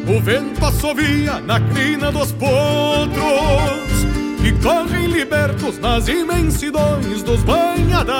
O vento assovia na crina dos potros que correm libertos nas imensidões dos banhadais.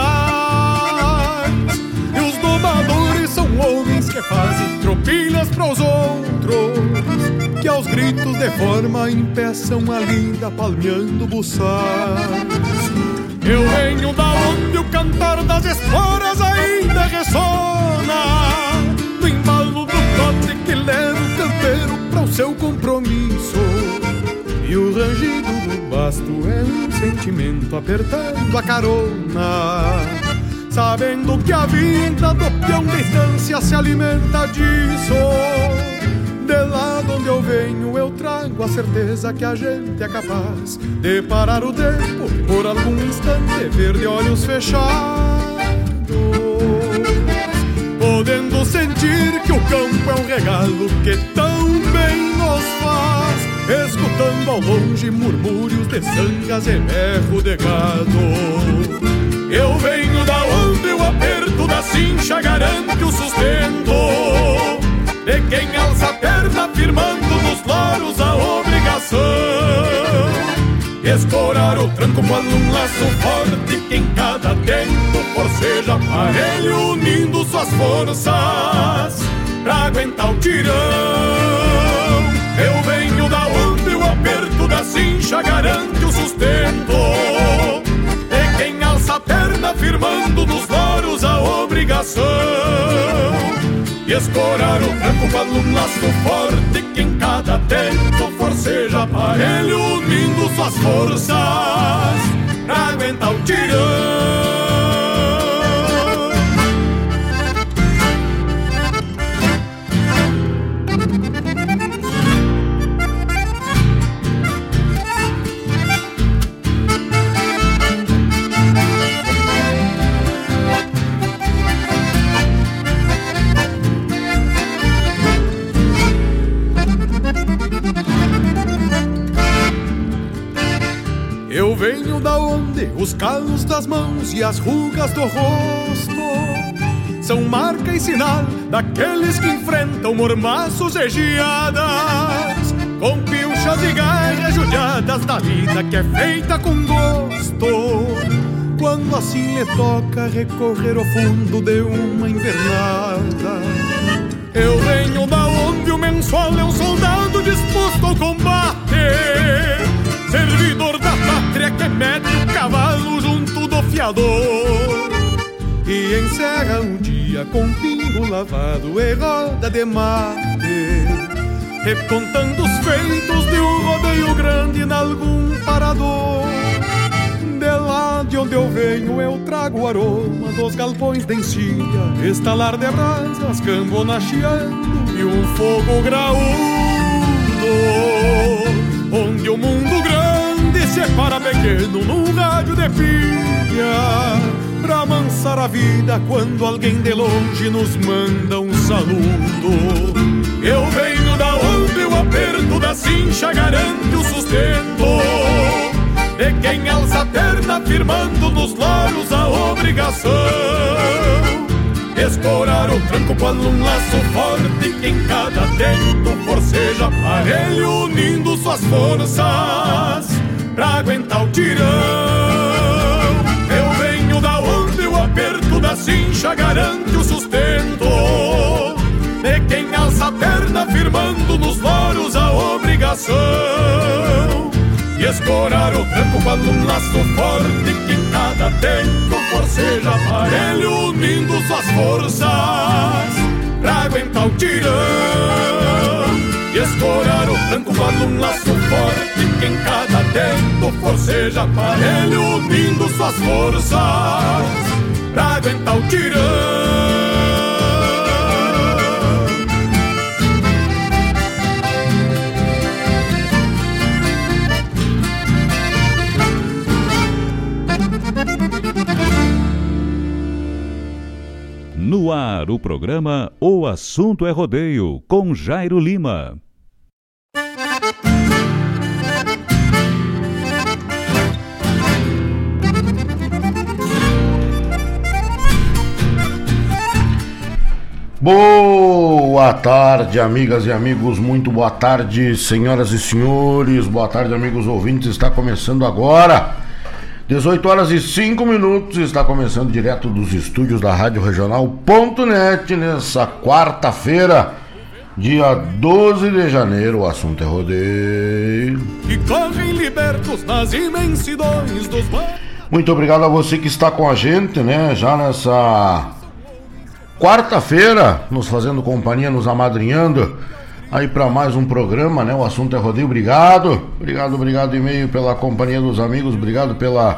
E os domadores são homens que fazem tropilhas para os outros, que aos gritos de forma impeçam a lida palmeando buçais. Eu venho da onde o cantar das esporas ainda ressona, no embalo do trote que leva o campeiro para o seu compromisso. E o rangido do basto é um sentimento apertando a carona, sabendo que a vida do peão de estância se alimenta disso. De lá de onde eu venho eu trago a certeza que a gente é capaz de parar o tempo por algum instante, ver de olhos fechados, podendo sentir que o campo é um regalo que tão bem nos faz, escutando ao longe murmúrios de sangas e berro de gado. Eu venho da onde o aperto da cincha garante o sustento de quem alça a perna firmando nos loros a obrigação. Escorar o tranco quando um laço forte que em cada tempo forceja aparelho unindo suas forças pra aguentar o tirão. Eu venho da onde o aperto da cincha garante o sustento de quem alça a perna firmando nos loros a obrigação. E escorar o tranco quando um laço forte que em cada tempo forceja aparelho unindo suas forças pra aguentar o tirão. Eu venho da onde os calos das mãos e as rugas do rosto são marca e sinal daqueles que enfrentam mormaços e geadas, com pilchas e garras judiadas da vida que é feita com gosto. Quando assim lhe toca recorrer ao fundo de uma invernada, eu venho da onde o mensual é um soldado disposto ao combate, servidor da pátria que mete o cavalo junto do fiador e encerra um dia com pingo lavado e roda de mate, recontando os feitos de um rodeio grande em algum parador. De lá de onde eu venho eu trago o aroma dos galpões de encilha, estalar de brasas, cambona chiando e um fogo graúdo, onde o mundo grande separa pequeno num rádio de pilha, pra amansar a vida quando alguém de longe nos manda um saludo. Eu venho da onde o aperto da cincha garante o sustento de quem alça a perna firmando nos loros a obrigação. Escorar o tranco quando um laço forte que em cada tempo forceja aparelho unindo suas forças pra aguentar o tirão. Eu venho da onde o aperto da cincha garante o sustento de quem alça a perna firmando nos loros a obrigação. E escorar o tranco quando um laço forte que em cada tempo forceja aparelho unindo suas forças pra aguentar o tirão. E escorar o tranco quando um laço forte que em cada tempo forceja aparelho unindo suas forças pra aguentar o tirão. No ar, o programa O Assunto é Rodeio, com Jairo Lima. boa tarde, amigas e amigos, muito boa tarde, senhoras e senhores, boa tarde, amigos ouvintes. Está começando agora, 18 horas e 5 minutos, está começando direto dos estúdios da Rádio Regional.net, nessa quarta-feira, dia 12 de janeiro. O assunto é rodeio. E correm libertos nas imensidões dos mares. Muito obrigado a você que está com a gente, né, já nessa quarta-feira, nos fazendo companhia, nos amadrinhando aí para mais um programa, né? O assunto é rodeio. Obrigado e-mail pela companhia dos amigos, obrigado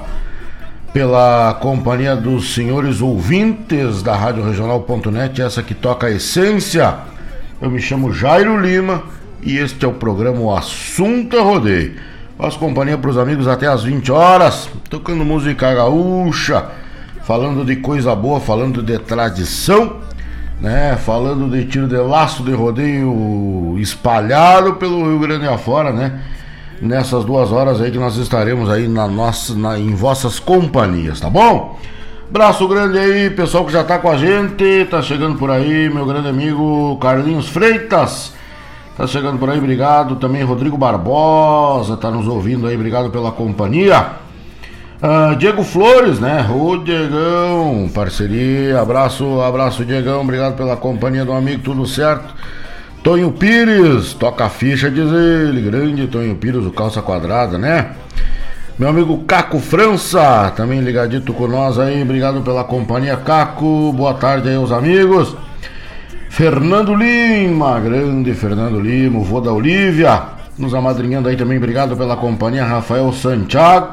pela companhia dos senhores ouvintes da Rádio Regional.net, essa que toca a essência. Eu me chamo Jairo Lima e este é o programa O Assunto é Rodeio. Faço companhia para os amigos até às 20 horas, tocando música gaúcha, falando de coisa boa, falando de tradição, né? Falando de tiro de laço, de rodeio espalhado pelo Rio Grande afora, né? Nessas 2 horas aí que nós estaremos aí em vossas companhias, tá bom? Braço grande aí, pessoal que já tá com a gente, tá chegando por aí, meu grande amigo Carlinhos Freitas, tá chegando por aí, obrigado. Também Rodrigo Barbosa, tá nos ouvindo aí, obrigado pela companhia. Diego Flores, né? O Diegão, parceria, abraço Diegão, obrigado pela companhia do amigo, tudo certo. Tonho Pires, toca a ficha, diz ele, grande Tonho Pires, o calça quadrada, né? Meu amigo Caco França, também ligadito com nós aí, obrigado pela companhia, Caco, boa tarde aí aos amigos. Fernando Lima, grande Fernando Lima, o vô da Olívia, nos amadrinhando aí também, obrigado pela companhia, Rafael Santiago.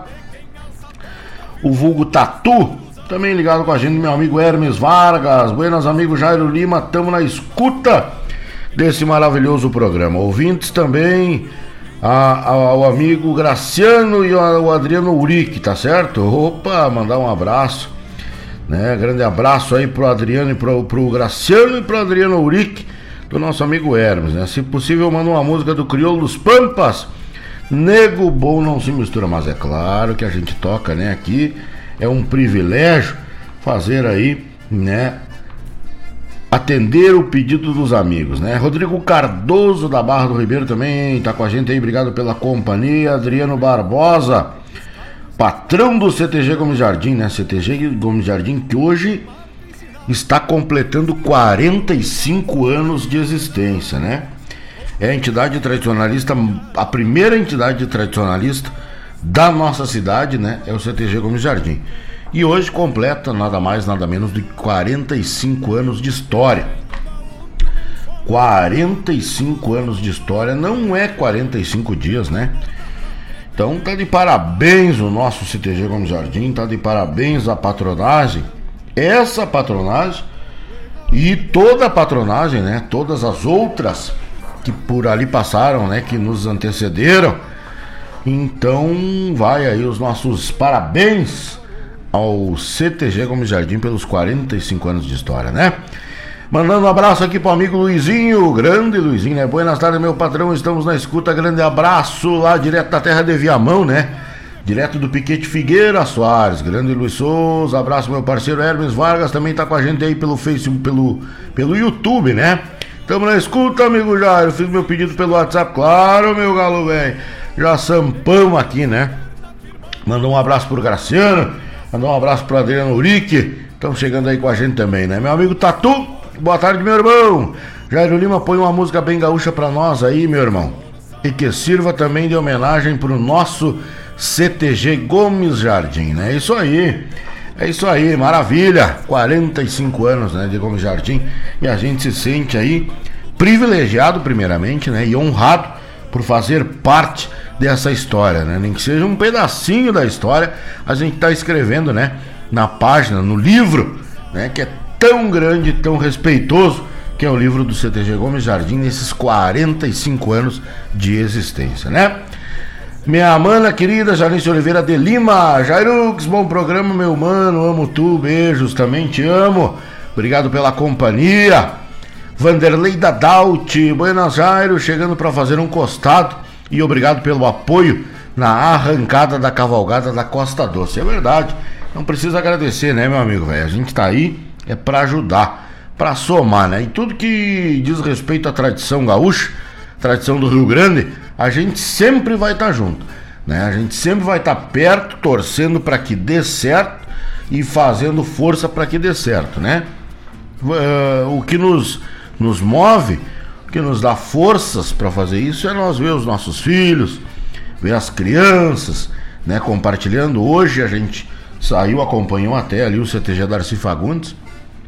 O vulgo Tatu, também ligado com a gente, meu amigo Hermes Vargas. Buenas, amigo Jairo Lima, estamos na escuta desse maravilhoso programa. Ouvintes também, ao amigo Graciano e ao Adriano Uric, tá certo? Opa, mandar um abraço, né? Grande abraço aí pro Adriano e pro Graciano e pro Adriano Uric, do nosso amigo Hermes, né? Se possível, manda uma música do Crioulo dos Pampas, Nego Bom Não Se Mistura, mas é claro que a gente toca, né, aqui, é um privilégio fazer aí, né, atender o pedido dos amigos, né. Rodrigo Cardoso da Barra do Ribeiro também tá com a gente aí, obrigado pela companhia. Adriano Barbosa, patrão do CTG Gomes Jardim, né, CTG Gomes Jardim, que hoje está completando 45 anos de existência, né. É a entidade tradicionalista, a primeira entidade tradicionalista da nossa cidade, né? É o CTG Gomes Jardim. E hoje completa nada mais, nada menos de 45 anos de história. 45 anos de história, não é 45 dias, né? Então tá de parabéns o nosso CTG Gomes Jardim, tá de parabéns a patronagem. Essa patronagem e toda a patronagem, né? Todas as outras que por ali passaram, né, que nos antecederam. Então vai aí os nossos parabéns ao CTG Gomes Jardim pelos 45 anos de história, né? Mandando um abraço aqui pro amigo Luizinho, grande Luizinho, né? Buenas tardes, meu patrão, estamos na escuta, grande abraço lá direto da terra de Viamão, né? Direto do Piquete Figueira Soares, grande Luiz Souza, abraço meu parceiro Hermes Vargas, também tá com a gente aí pelo Facebook, pelo YouTube, né? Tamo na escuta, amigo Jairo. Fiz meu pedido pelo WhatsApp, claro, meu galo velho. Já sampamos aqui, né? Mandou um abraço pro Graciano, mandou um abraço pro Adriano Uric. Estão chegando aí com a gente também, né? Meu amigo Tatu, boa tarde, meu irmão. Jairo Lima, põe uma música bem gaúcha pra nós aí, meu irmão. E que sirva também de homenagem pro nosso CTG Gomes Jardim, né? É isso aí, maravilha, 45 anos, né, de Gomes Jardim, e a gente se sente aí privilegiado primeiramente, né, e honrado por fazer parte dessa história, né, nem que seja um pedacinho da história, a gente tá escrevendo, né, na página, no livro, né, que é tão grande, tão respeitoso, que é o livro do CTG Gomes Jardim, nesses 45 anos de existência, né. Minha mana querida Janice Oliveira de Lima, Jairux, bom programa, meu mano, amo tu, beijos, também te amo, obrigado pela companhia. Vanderlei Dadalt, Buenas Jairo, chegando para fazer um costado e obrigado pelo apoio na arrancada da cavalgada da Costa Doce. É verdade, não precisa agradecer, né, meu amigo, velho, a gente tá aí é para ajudar, para somar, né? E tudo que diz respeito à tradição gaúcha, tradição do Rio Grande, a gente sempre vai estar junto, né? A gente sempre vai estar perto, torcendo para que dê certo e fazendo força para que dê certo, né? O que nos move, o que nos dá forças para fazer isso é nós ver os nossos filhos, ver as crianças, né, compartilhando. Hoje a gente saiu, acompanhou até ali o CTG Darcy Fagundes,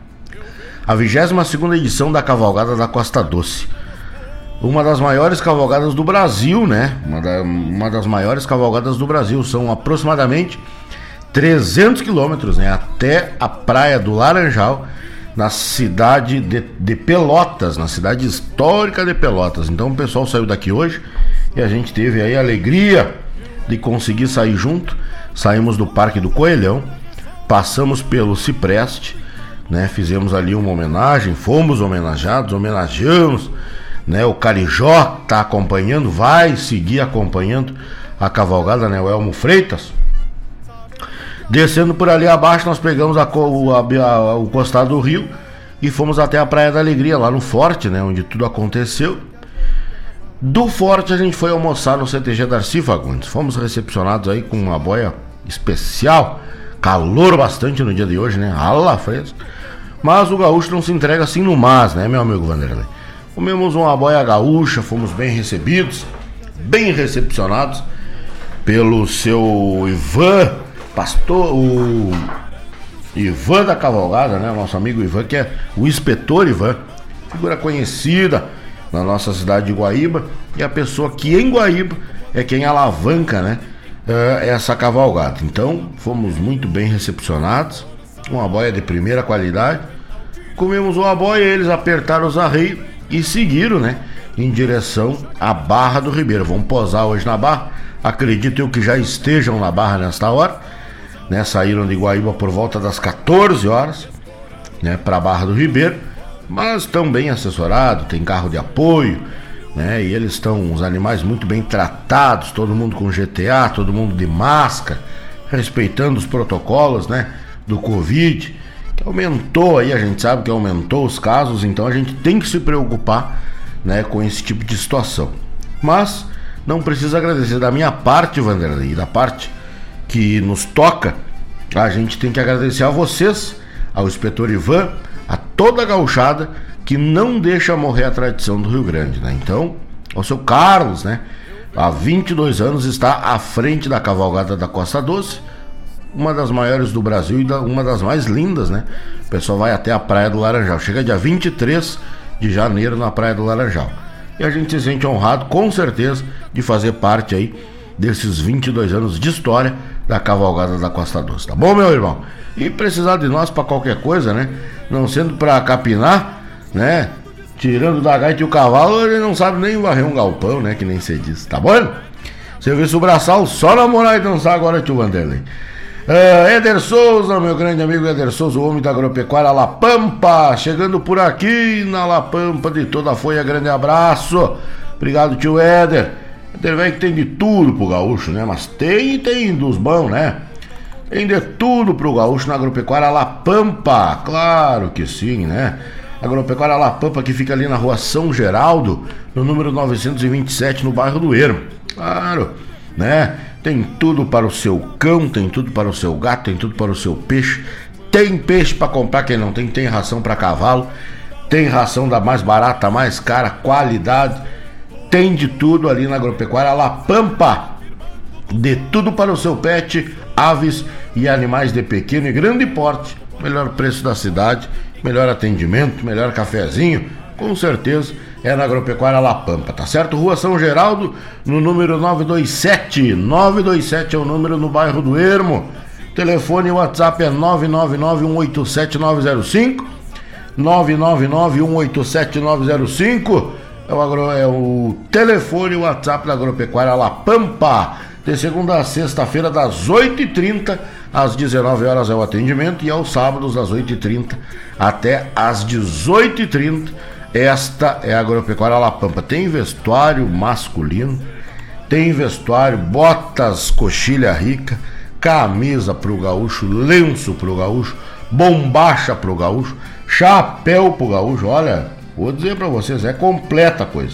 a 22ª edição da Cavalgada da Costa Doce, uma das maiores cavalgadas do Brasil, né? Uma das maiores cavalgadas do Brasil. São aproximadamente 300 quilômetros, né, até a praia do Laranjal, na cidade de Pelotas, na cidade histórica de Pelotas. Então o pessoal saiu daqui hoje e a gente teve aí a alegria de conseguir sair junto. Saímos do Parque do Coelhão, passamos pelo Cipreste, né? Fizemos ali uma homenagem, fomos homenageamos, né? O Carijó tá acompanhando, vai seguir acompanhando a cavalgada, né? O Elmo Freitas. Descendo por ali abaixo, nós pegamos o costado do rio e fomos até a Praia da Alegria, lá no Forte, né, onde tudo aconteceu. Do Forte a gente foi almoçar no CTG Darcy Fagundes. Fomos recepcionados aí com uma boia especial, calor bastante no dia de hoje, né, ala fresco. Mas o gaúcho não se entrega assim no mas, né, meu amigo Vanderlei? Comemos uma boia gaúcha, fomos bem recebidos, bem recepcionados pelo seu Ivan, pastor, o Ivan da Cavalgada, né? Nosso amigo Ivan, que é o inspetor Ivan, figura conhecida na nossa cidade de Guaíba, e a pessoa que em Guaíba é quem alavanca, né, essa cavalgada. Então fomos muito bem recepcionados, uma boia de primeira qualidade. Comemos uma boia, eles apertaram os arreios e seguiram, né, em direção à Barra do Ribeiro. Vão posar hoje na Barra, acredito eu que já estejam na Barra nesta hora, né? Saíram de Guaíba por volta das 14 horas, né, para a Barra do Ribeiro, mas estão bem assessorados, tem carro de apoio, né, e eles estão, os animais muito bem tratados, todo mundo com GTA, todo mundo de máscara, respeitando os protocolos, né, do Covid, que aumentou aí, a gente sabe que aumentou os casos, então a gente tem que se preocupar, né, com esse tipo de situação. Mas não precisa agradecer da minha parte, Vanderlei, da parte que nos toca, a gente tem que agradecer a vocês, ao inspetor Ivan, a toda a gauchada que não deixa morrer a tradição do Rio Grande, né? Então, ao seu Carlos, né, há 22 anos está à frente da cavalgada da Costa Doce, uma das maiores do Brasil e uma das mais lindas, né? O pessoal vai até a Praia do Laranjal, chega dia 23 de janeiro na Praia do Laranjal, e a gente se sente honrado, com certeza, de fazer parte aí desses 22 anos de história da cavalgada da Costa Doce, tá bom, meu irmão? E precisar de nós para qualquer coisa, né? Não sendo para capinar, né? Tirando da gaita e o cavalo, ele não sabe nem varrer um galpão, né? Que nem você disse, tá bom? Serviço braçal, só namorar e dançar agora, tio Vanderlei. Éder Souza, meu grande amigo Éder Souza, o homem da agropecuária La Pampa, chegando por aqui na La Pampa de toda a folha, grande abraço. Obrigado, tio Éder. Éder que tem de tudo pro gaúcho, né? Mas tem dos bons, né? Tem de tudo pro gaúcho na agropecuária La Pampa, claro que sim, né? Agropecuária La Pampa, que fica ali na rua São Geraldo, no número 927, no bairro do Ermo. Claro, né? Tem tudo para o seu cão, tem tudo para o seu gato, tem tudo para o seu peixe. Tem peixe para comprar, quem não tem, tem ração para cavalo. Tem ração da mais barata, mais cara, qualidade. Tem de tudo ali na agropecuária La Pampa. De tudo para o seu pet, aves e animais de pequeno e grande porte. Melhor preço da cidade, melhor atendimento, melhor cafezinho, com certeza é na agropecuária La Pampa, tá certo? Rua São Geraldo, no número 927. 927 é o número no bairro do Ermo. Telefone e WhatsApp é 999-187-905. 999-187-905. É o telefone e o WhatsApp da agropecuária La Pampa. De segunda a sexta-feira, das 8h30 às 19 horas é o atendimento, e aos sábados das 8h30 até às 18h30. Esta é a agropecuária La Pampa. Tem vestuário masculino, tem vestuário, botas, coxilha rica, camisa pro gaúcho, lenço pro gaúcho, bombacha pro gaúcho, chapéu pro gaúcho. Olha, vou dizer pra vocês, é completa a coisa.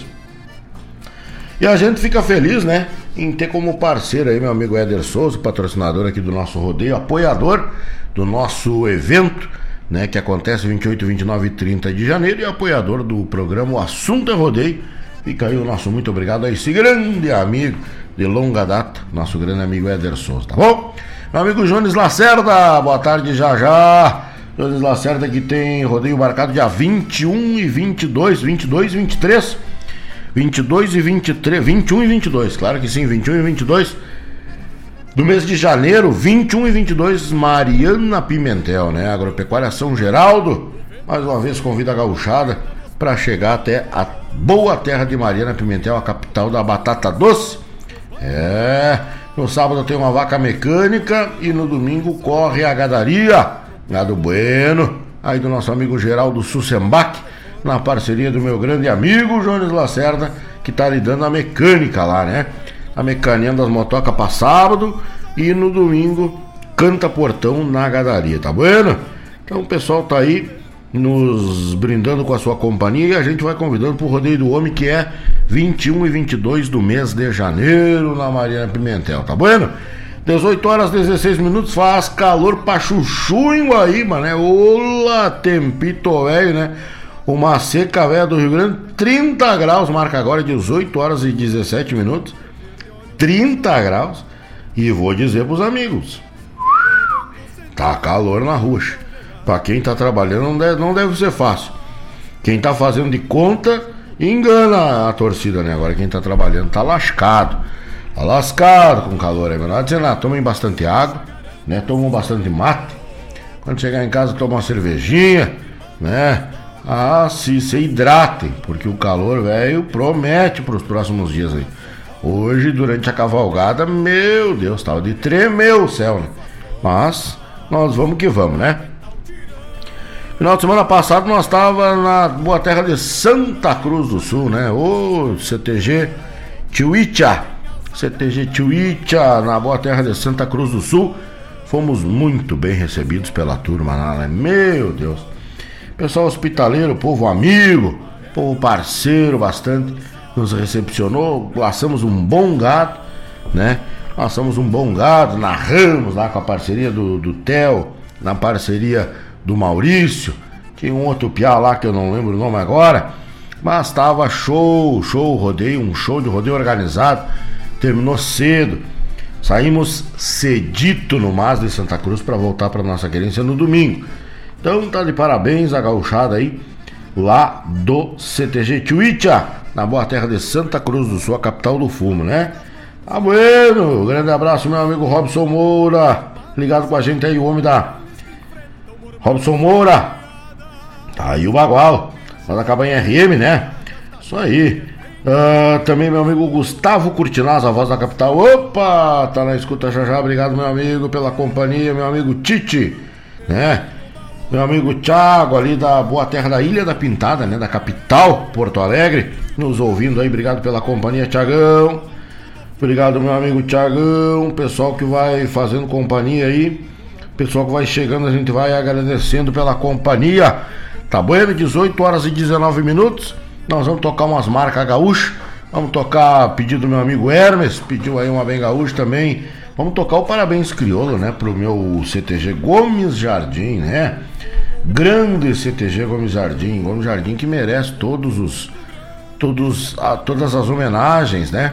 E a gente fica feliz, né, em ter como parceiro aí meu amigo Éder Souza, patrocinador aqui do nosso rodeio, apoiador do nosso evento, né, que acontece 28, 29 e 30 de janeiro, e apoiador do programa O Assunto é Rodeio. Fica aí o nosso muito obrigado a esse grande amigo de longa data, nosso grande amigo Éder Souza, tá bom? Meu amigo Jones Lacerda, boa tarde já. Jones Lacerda que tem rodeio marcado dia 21 e 22, 22 e 23, 22 e 23, 21 e 22, claro que sim, 21 e 22 do mês de janeiro, 21 e 22, Mariana Pimentel, né? Agropecuária São Geraldo, mais uma vez convida a gauchada para chegar até a boa terra de Mariana Pimentel, a capital da batata doce. No sábado tem uma vaca mecânica e no domingo corre a gadaria Gado Bueno, aí do nosso amigo Geraldo Sussenbach, na parceria do meu grande amigo Jones Lacerda, que tá lidando a mecânica lá, né? A mecaneando as motocas para sábado e no domingo canta portão na gadaria, tá bueno? Então o pessoal tá aí nos brindando com a sua companhia e a gente vai convidando pro Rodeio do Homem, que é 21 e 22 do mês de janeiro na Mariana Pimentel, tá bueno? 18 horas 16 minutos, faz calor pra chuchu em Guaíba, né? Olá, tempito velho, né? Uma seca velha do Rio Grande, 30 graus, marca agora 18 horas e 17 minutos, 30 graus, e vou dizer pros amigos, tá calor na rua. Pra quem tá trabalhando não deve ser fácil. Quem tá fazendo de conta, engana a torcida, né? Agora quem tá trabalhando tá lascado. Tá lascado com calor, é melhor dizer nada. Tomem bastante água, né? Tomam bastante mate. Quando chegar em casa, toma uma cervejinha, né? Se hidratem, porque o calor, velho, promete pros próximos dias aí. Hoje, durante a cavalgada, meu Deus, tava de tremer o céu, né? Mas nós vamos que vamos, né? Final de semana passado nós tava na boa terra de Santa Cruz do Sul, né? O CTG Tiuícha, na boa terra de Santa Cruz do Sul. Fomos muito bem recebidos pela turma lá, né? Meu Deus. Pessoal hospitaleiro, povo amigo, povo parceiro bastante, nos recepcionou, laçamos um bom gado, né? Laçamos um bom gado, narramos lá com a parceria do Theo, na parceria do Maurício, tinha um outro piá lá que eu não lembro o nome agora, mas tava show rodeio, um show de rodeio organizado, terminou cedo, saímos cedito no Mas de Santa Cruz para voltar para nossa querência no domingo. Então tá de parabéns a gauchada aí, lá do CTG Tiuícha, na boa terra de Santa Cruz do Sul, a capital do fumo, né? Tá bueno, grande abraço meu amigo Robson Moura, ligado com a gente aí, o homem da Robson Moura, tá aí o bagual, lá da Cabanha RM, né? Isso aí. Também meu amigo Gustavo Curtinaz, a voz da capital. Opa, tá na escuta já. Obrigado meu amigo pela companhia, meu amigo Tite, né? Meu amigo Thiago ali da boa terra da Ilha da Pintada, né? Da capital, Porto Alegre, nos ouvindo aí. Obrigado pela companhia, Thiagão. Obrigado meu amigo Thiagão. Pessoal que vai fazendo companhia aí, pessoal que vai chegando, a gente vai agradecendo pela companhia. Tá bueno, 18 horas e 19 minutos. Nós vamos tocar umas marcas gaúchas. Vamos tocar pedido do meu amigo Hermes, pediu aí uma bem gaúcha também. Vamos tocar o Parabéns Crioulo, né? Pro meu CTG Gomes Jardim, né? Grande CTG Gomes Jardim que merece todas as homenagens, né?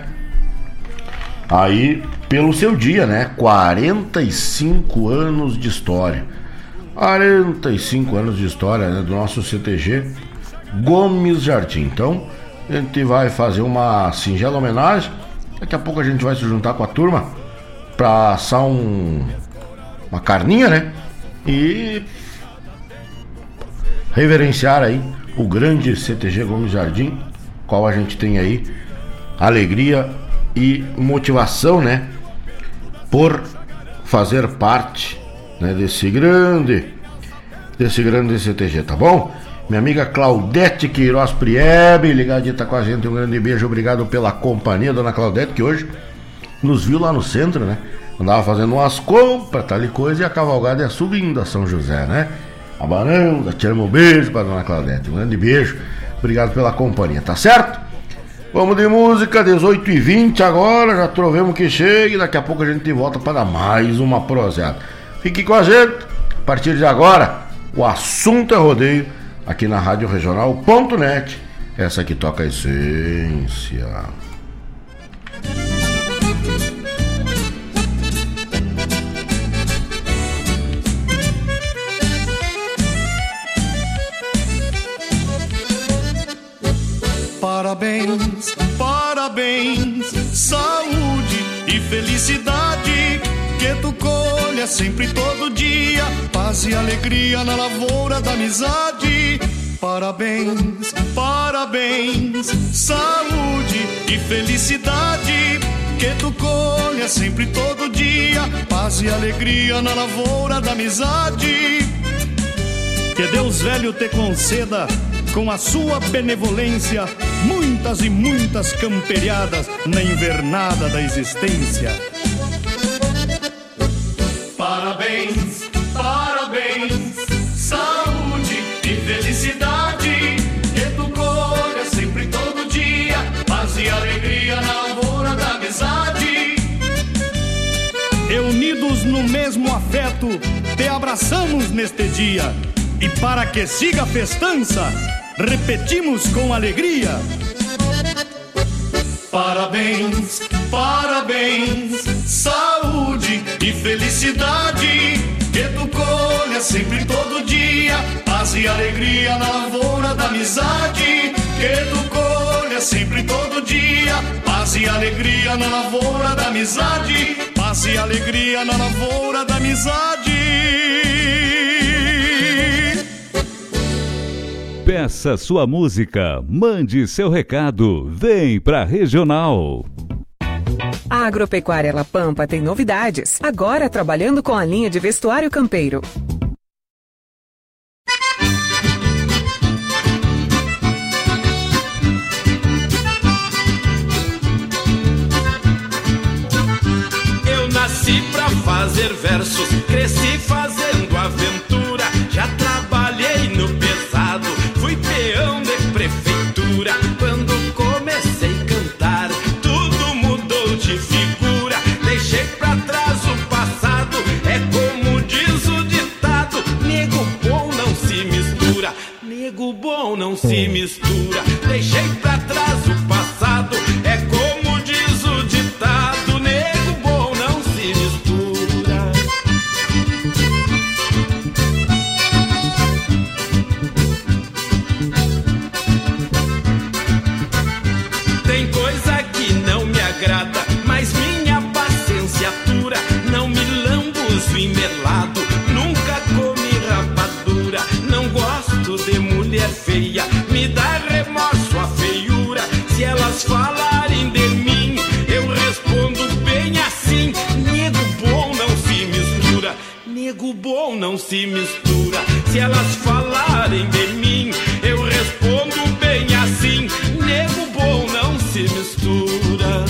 Aí, pelo seu dia, né? 45 anos de história. 45 anos de história, né? Do nosso CTG Gomes Jardim. Então, a gente vai fazer uma singela homenagem. Daqui a pouco a gente vai se juntar com a turma pra assar uma carninha, né? E reverenciar aí o grande CTG Gomes Jardim, qual a gente tem aí alegria e motivação, né, por fazer parte, né, desse grande CTG, tá bom? Minha amiga Claudete Queiroz Priebe, ligadita com a gente, um grande beijo, obrigado pela companhia, dona Claudete, que hoje nos viu lá no centro, né? Andava fazendo umas compras, tal e coisa, e a cavalgada é subindo a São José, né? Abarão, tiramos um beijo para dona Claudete. Um grande beijo. Obrigado pela companhia, tá certo? Vamos de música, 18h20 agora, já trovemos que chega e daqui a pouco a gente volta para mais uma proseada. Fique com a gente, a partir de agora, o assunto é rodeio, aqui na Rádio Regional.net, essa que toca a essência. Parabéns, parabéns, saúde e felicidade, que tu colha sempre todo dia, paz e alegria na lavoura da amizade. Parabéns, parabéns, saúde e felicidade, que tu colha sempre todo dia, paz e alegria na lavoura da amizade. Que Deus velho te conceda, com a sua benevolência, muitas e muitas camperiadas na invernada da existência. Parabéns, parabéns, saúde e felicidade, que tu colha sempre todo dia, paz e alegria na lavoura da amizade. E unidos no mesmo afeto, te abraçamos neste dia, e para que siga a festança, repetimos com alegria. Parabéns, parabéns, saúde e felicidade, que tu colha sempre todo dia, paz e alegria na lavoura da amizade. Que tu colha sempre todo dia, paz e alegria na lavoura da amizade. Paz e alegria na lavoura da amizade. Peça sua música, mande seu recado, vem pra Regional. A Agropecuária La Pampa tem novidades, agora trabalhando com a linha de vestuário campeiro. Eu nasci pra fazer versos, cresci fazendo aventura, já trabalhei no pesado, fui peão de prefeitura. Quando comecei a cantar, tudo mudou de figura, deixei pra trás o passado, é como diz o ditado, nego bom não se mistura, nego bom não se mistura. Deixei pra trás o passado, é como diz o ditado, nego bom não se mistura. Tem coisa que não me agrada, mas minha paciência atura. Não me lambuzo e melado, nunca comi rapadura. Não gosto de mulher feia, me dá remorso a feiura. Se elas falarem de mim, eu respondo bem assim, nego bom não se mistura, nego bom não se mistura. Se elas falarem de mim, eu respondo bem assim, nego bom não se mistura.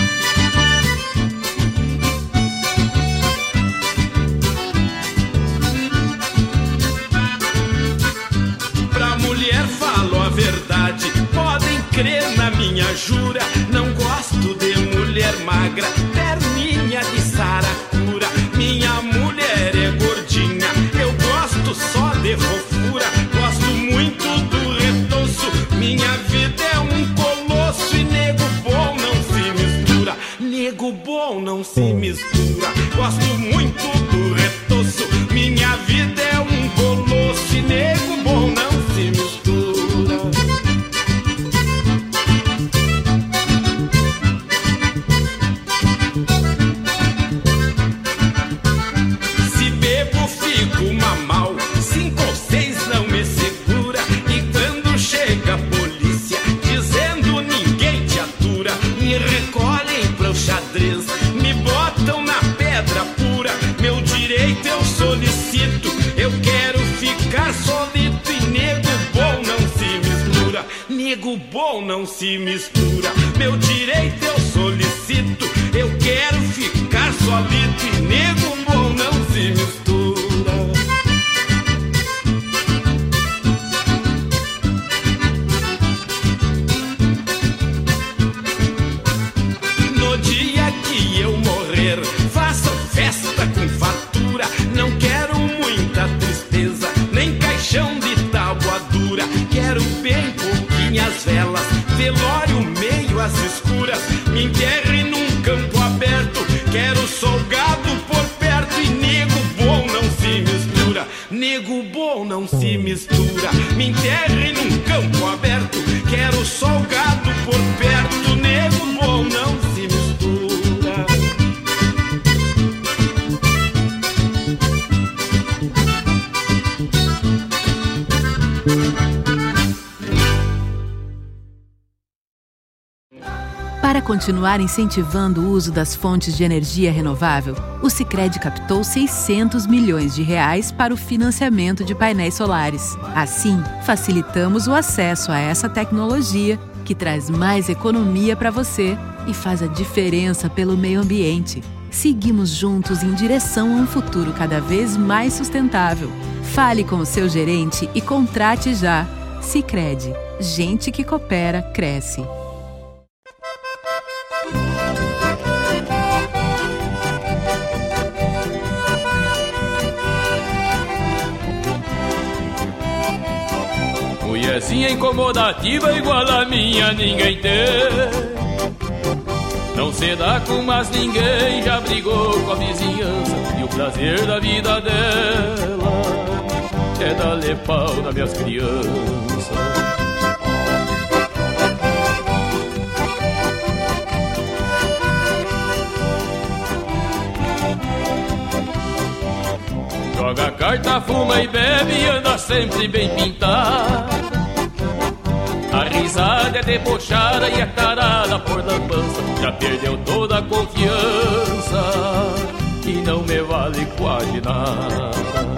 Pra mulher falo a verdade, podem crer na minha jura. Não gosto de mulher magra, perninha de saracura. Minha mulher é gordinha, eu gosto só de fofura. Gosto muito do retoço, minha vida é um colosso. E nego bom não se mistura, nego bom não se mistura. Gosto muito do retoço, minha vida é um colosso. E nego bom não se mistura. Se bebo fico mal, 5 ou 6 não me segura. E quando chega a polícia dizendo ninguém te atura, me recolhem pro xadrez, me botam na pedra pura. Meu direito eu solicito, eu quero ficar solito. E nego bom não se mistura, nego bom não se mistura. Meu direito eu solicito, eu quero ficar solito. E nego bom não se mistura. continuar incentivando o uso das fontes de energia renovável, o Sicredi captou R$600 milhões para o financiamento de painéis solares. Assim, facilitamos o acesso a essa tecnologia que traz mais economia para você e faz a diferença pelo meio ambiente. Seguimos juntos em direção a um futuro cada vez mais sustentável. Fale com o seu gerente e contrate já. Sicredi. Gente que coopera, cresce. Mulherzinha incomodativa igual a minha ninguém tem. Não se dá com mais ninguém, já brigou com a vizinhança. E o prazer da vida dela é dar-lhe pau nas minhas crianças. Joga carta, fuma e bebe e anda sempre bem pintado. A risada é debochada e a carada por lambança. Já perdeu toda a confiança e não me vale quase nada.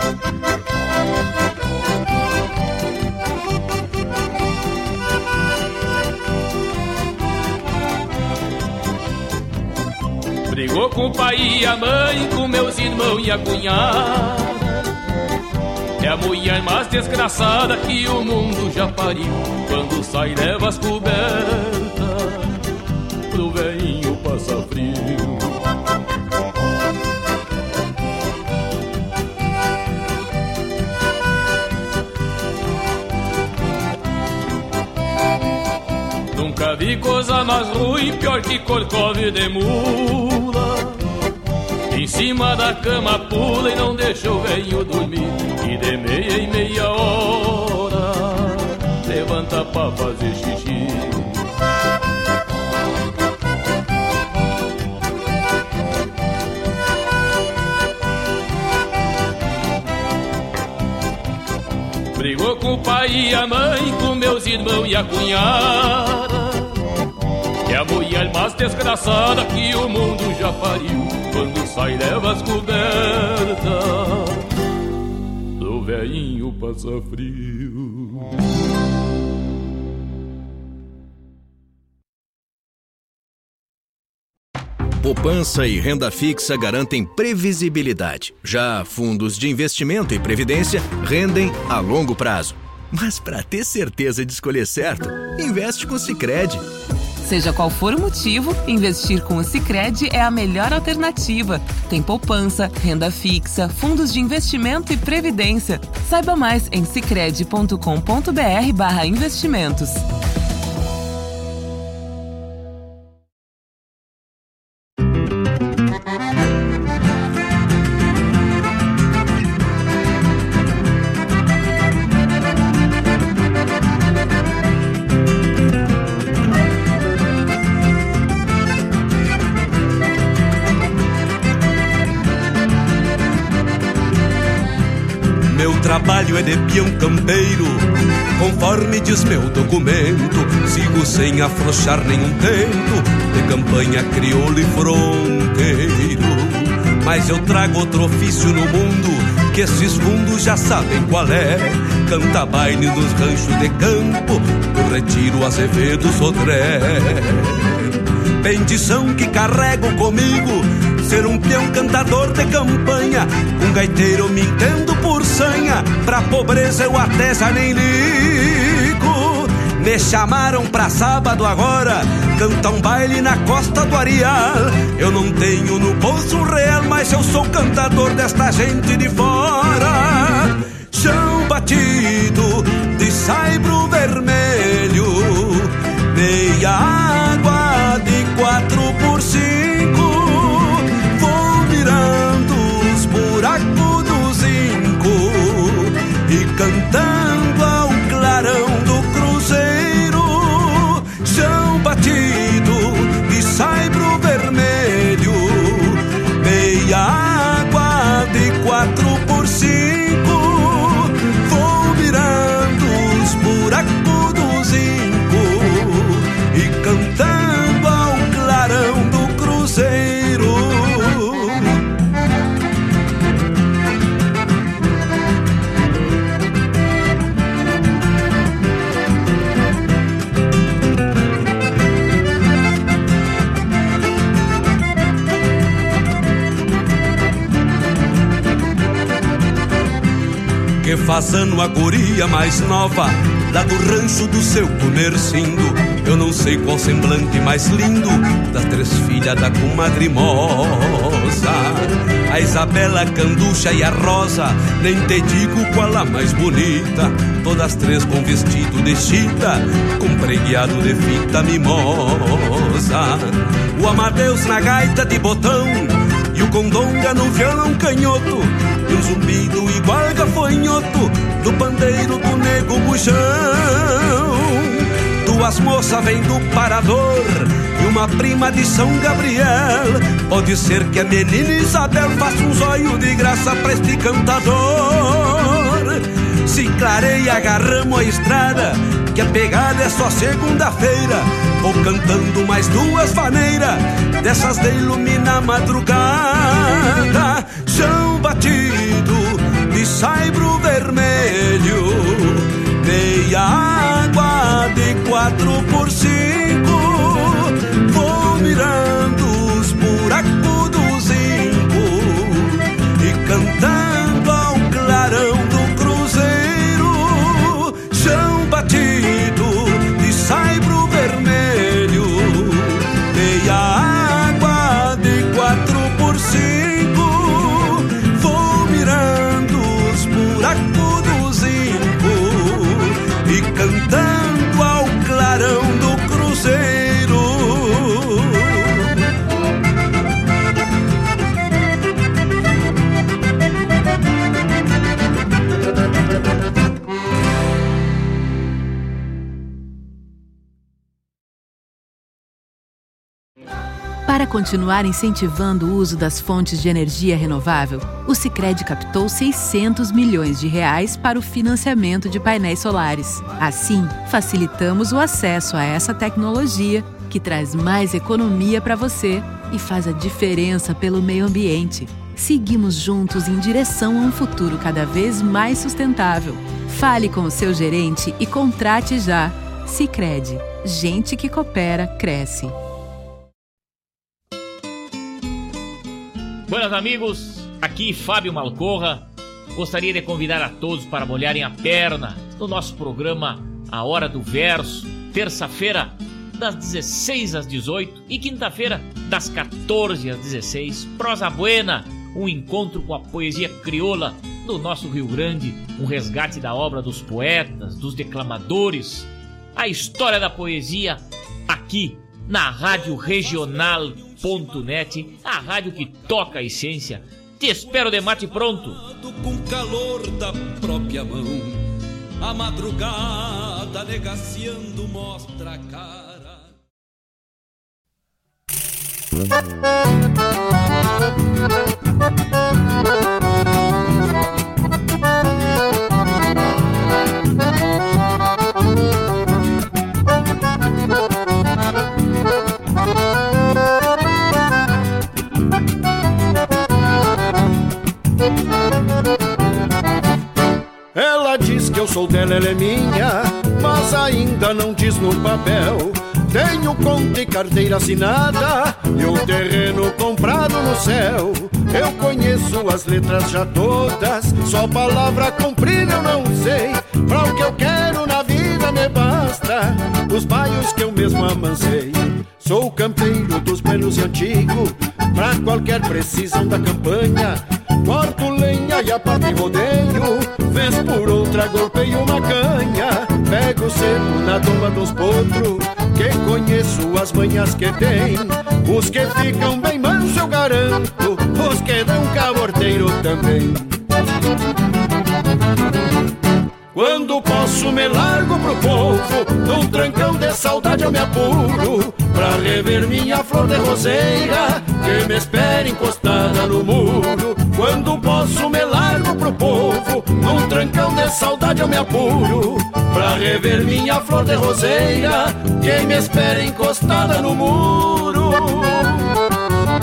Brigou com o pai e a mãe, com meus irmãos e a cunhada. É a mulher mais desgraçada que o mundo já pariu. Quando sai leva as cobertas pro velhinho passar frio. Nunca vi coisa mais ruim, pior que corcove de mula. Em cima da cama pula e não deixa o velho dormir. E de meia em meia hora levanta pra fazer xixi. Brigou com o pai e a mãe, com meus irmãos e a cunhada. É a mulher mais desgraçada que o mundo já pariu. Quando sai leva as cobertas do velhinho passa frio. Poupança e renda fixa garantem previsibilidade. Já fundos de investimento e previdência rendem a longo prazo. Mas para ter certeza de escolher certo, investe com o Sicredi. Seja qual for o motivo, investir com o Sicredi é a melhor alternativa. Tem poupança, renda fixa, fundos de investimento e previdência. Saiba mais em sicredi.com.br/investimentos. Trabalho é de peão campeiro, conforme diz meu documento. Sigo sem afrouxar nenhum tempo, de campanha crioulo e fronteiro. Mas eu trago outro ofício no mundo, que esses fundos já sabem qual é. Canta baile nos ranchos de campo, do Retiro Azevedo Sodré. Bendição que carrego comigo, ser um peão cantador de campanha. Um gaiteiro me entendo por sanha, pra pobreza eu até já nem ligo. Me chamaram pra sábado agora, cantar um baile na costa do Areal. Eu não tenho no bolso um real, mas eu sou cantador desta gente de fora. Chão batido de saibro vermelho, meia água de 4x5. Vou mirando os buracos do zinco e cantando ao clarão do cruzeiro. Chão batido de saibro vermelho, meia água de 4x5. Vou mirando os buracos do zinco e cantando cruzeiro. Que faz ano a guria mais nova, lá do rancho do seu comercindo. Eu não sei qual semblante mais lindo das três filhas da comadre moça. A Isabela, a Canducha e a Rosa, nem te digo qual a mais bonita. Todas três com vestido de chita, com pregueado de fita mimosa. O Amadeus na gaita de botão e o Condonga no violão canhoto, e um zumbido igual gafanhoto do pandeiro do nego bujão. Duas moças vêm do Parador e uma prima de São Gabriel. Pode ser que a menina Isabel faça um zóio de graça pra este cantador. Se clareia, agarramos a estrada, que a pegada é só segunda-feira. Vou cantando mais duas maneiras, dessas de iluminar a madrugada. Chão batido de saibro vermelho, meia água de 4x5. Vou mirando os buracos do zinco e cantando ao clarão do cruzeiro. Chão batido de saibro vermelho, meia água de 4x5. Vou mirando os buracos do zinco e cantando ao clarão do cruzeiro. Para continuar incentivando o uso das fontes de energia renovável, o Sicredi captou 600 milhões de reais para o financiamento de painéis solares. Assim, facilitamos o acesso a essa tecnologia que traz mais economia para você e faz a diferença pelo meio ambiente. Seguimos juntos em direção a um futuro cada vez mais sustentável. Fale com o seu gerente e contrate já. Sicredi. Gente que coopera, cresce. Buenas amigos, aqui Fábio Malcorra. Gostaria de convidar a todos para molharem a perna no nosso programa A Hora do Verso, terça-feira das 16 às 18 e quinta-feira das 14 às 16. Prosa Buena, um encontro com a poesia crioula do nosso Rio Grande, um resgate da obra dos poetas, dos declamadores, a história da poesia aqui na Rádio Regional.net, a rádio que toca a essência. Te espero de mate pronto. Com calor da própria mão, a madrugada negaciando mostra a cara. Ela diz que eu sou dela, ela é minha, mas ainda não diz no papel. Tenho conta e carteira assinada e um terreno comprado no céu. Eu conheço as letras já todas, só palavra comprida eu não sei. Pra o que eu quero na vida me basta os baios que eu mesmo amancei. Sou campeiro dos buenos e antigo, pra qualquer precisão da campanha. Corto lenha e a parte rodeio, vez por outra golpeio uma canha. Pego cedo na doma dos potros, que conheço as manhas que tem. Os que ficam bem manso eu garanto, os que dão caborteiro também. Quando posso me largo pro povo, num trancão de saudade eu me apuro, pra rever minha flor de roseira, que me espera encostada no muro. Quando posso me largo pro povo, num trancão de saudade eu me apuro, pra rever minha flor de roseira, que me espera encostada no muro.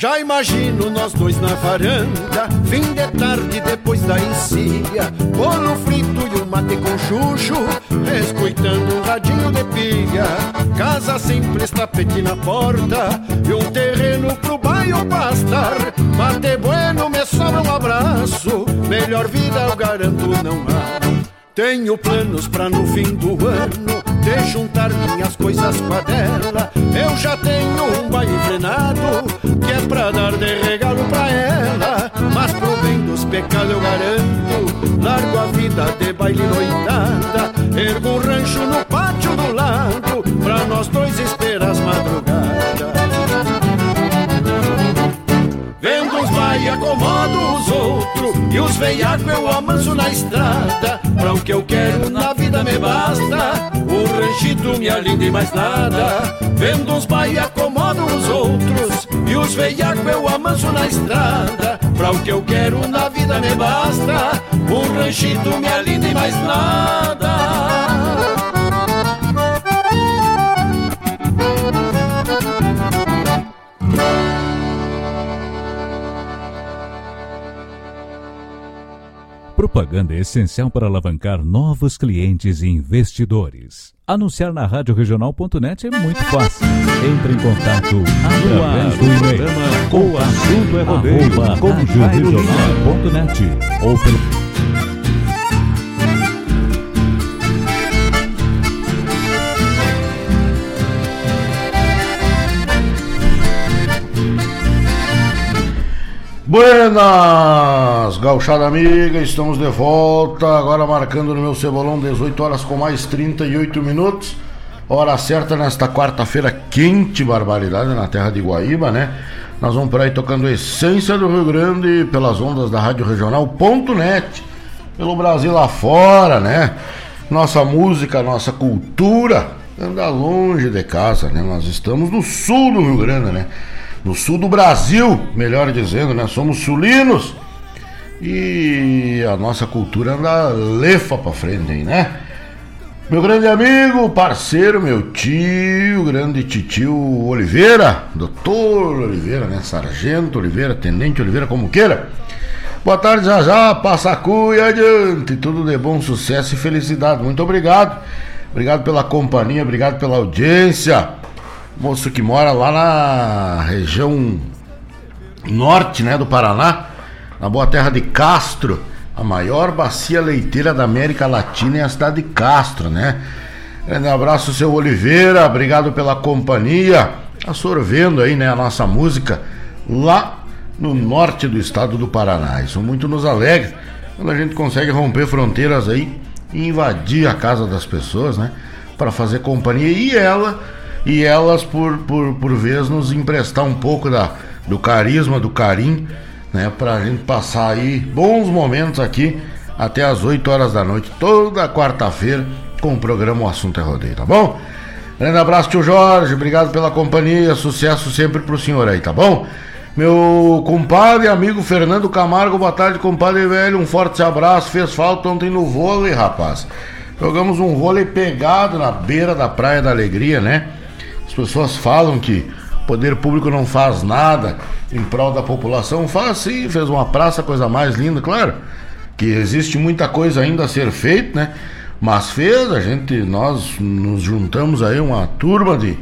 Já imagino nós dois na varanda, fim de tarde depois da encilha, bolo frito e um mate com chuchu, escutando um radinho de pilha. Casa simples, tapete na porta e um terreno pro bairro pastar. Mate bueno, me sobra um abraço, melhor vida eu garanto não há. Tenho planos pra no fim do ano de juntar minhas coisas com a dela. Eu já tenho um baile enfrenado que é pra dar de regalo pra ela. Mas pro bem dos pecados eu garanto, largo a vida de baile noitada, ergo um rancho no pátio do lado pra nós dois esperar as madrugadas. Vendo uns baile acomodo os outros e os veiacos eu amanso na estrada. Pra o que eu quero na vida me basta, o ranchito me alinda e mais nada. Vendo uns baile acomodo os outros e os veiacos eu amanso na estrada. Pra o que eu quero na vida me basta, o ranchito me alinda e mais nada. Propaganda é essencial para alavancar novos clientes e investidores. Anunciar na radioregional.net é muito fácil. Entre em contato através do e-mail com assunto é rodeio com radioregional.net ou pelo Buenas, gauchada amiga, estamos de volta, agora marcando no meu cebolão 18 horas com mais 38 minutos, hora certa nesta quarta-feira quente, barbaridade, na terra de Guaíba, né? Nós vamos por aí tocando Essência do Rio Grande pelas ondas da Rádio Regional.net, pelo Brasil lá fora, né? Nossa música, nossa cultura anda longe de casa, né? Nós estamos no sul do Rio Grande, né? No sul do Brasil, melhor dizendo, né? Somos sulinos e a nossa cultura anda lefa pra frente aí, né? Meu grande amigo, parceiro, meu tio, grande titio Oliveira, doutor Oliveira, né? Sargento Oliveira, tenente Oliveira, como queira. Boa tarde, já, passa a cuia adiante, tudo de bom, sucesso e felicidade. Muito obrigado, obrigado pela companhia, obrigado pela audiência. Moço que mora lá na região norte, né, do Paraná, na boa terra de Castro, a maior bacia leiteira da América Latina é a cidade de Castro, né? Grande abraço, seu Oliveira, obrigado pela companhia, absorvendo aí, né, a nossa música lá no norte do estado do Paraná. Isso muito nos alegra quando a gente consegue romper fronteiras aí e invadir a casa das pessoas, né, para fazer companhia e elas por vez nos emprestar um pouco do carisma, do carinho, né, pra gente passar aí bons momentos aqui até as 8 horas da noite, toda quarta-feira, com o programa O Assunto é Rodeio, tá bom? Grande abraço, tio Jorge, obrigado pela companhia, sucesso sempre pro senhor aí, tá bom? Meu compadre e amigo Fernando Camargo, boa tarde, compadre velho, um forte abraço, fez falta ontem no vôlei, rapaz. Jogamos um vôlei pegado na beira da Praia da Alegria, né? As pessoas falam que o poder público não faz nada em prol da população. Faz sim, fez uma praça, coisa mais linda, claro que existe muita coisa ainda a ser feita, né? Mas fez, nós nos juntamos aí, uma turma de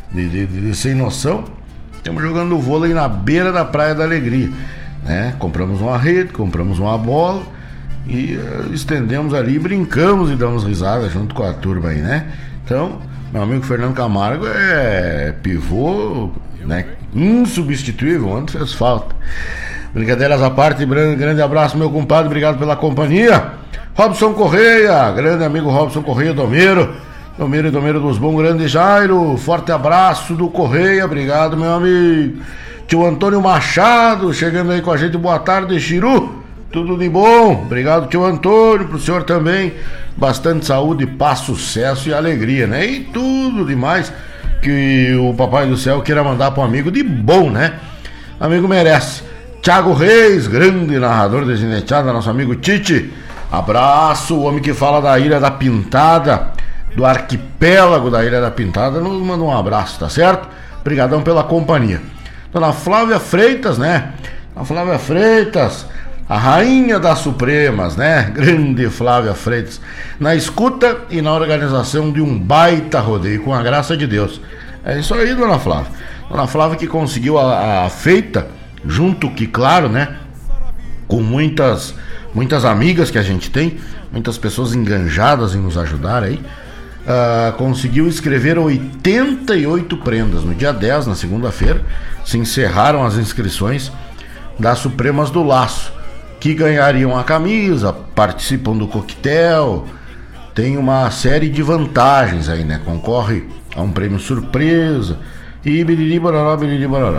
sem noção, estamos jogando vôlei na beira da Praia da Alegria, né? Compramos uma rede, compramos uma bola e estendemos ali, brincamos e damos risada junto com a turma aí, né? Então, meu amigo Fernando Camargo é pivô, né, insubstituível, onde fez falta. Brincadeiras à parte, grande abraço, meu compadre, obrigado pela companhia. Robson Correia, grande amigo Robson Correia, Domiro e Domiro dos Bons, grande Jairo, forte abraço do Correia, obrigado, meu amigo. Tio Antônio Machado, chegando aí com a gente, boa tarde, Chiru, tudo de bom, obrigado, tio Antônio, pro senhor também. Bastante saúde, paz, sucesso e alegria, né? E tudo demais que o Papai do Céu queira mandar para um amigo de bom, né? Amigo merece. Thiago Reis, grande narrador de gineteada, nosso amigo Tite. Abraço, o homem que fala da Ilha da Pintada, do arquipélago da Ilha da Pintada, nos manda um abraço, tá certo? Obrigadão pela companhia. Dona Flávia Freitas, né? A Flávia Freitas, a rainha das Supremas, né? Grande Flávia Freitas, na escuta e na organização de um baita rodeio, com a graça de Deus. É isso aí, Dona Flávia. Dona Flávia que conseguiu a feita, junto que, claro, né? Com muitas amigas que a gente tem, muitas pessoas enganjadas em nos ajudar aí, conseguiu escrever 88 prendas. No dia 10, na segunda-feira, se encerraram as inscrições das Supremas do Laço, que ganhariam a camisa, participam do coquetel, tem uma série de vantagens aí, né? Concorre a um prêmio surpresa e biriri bororó, biriri bororó.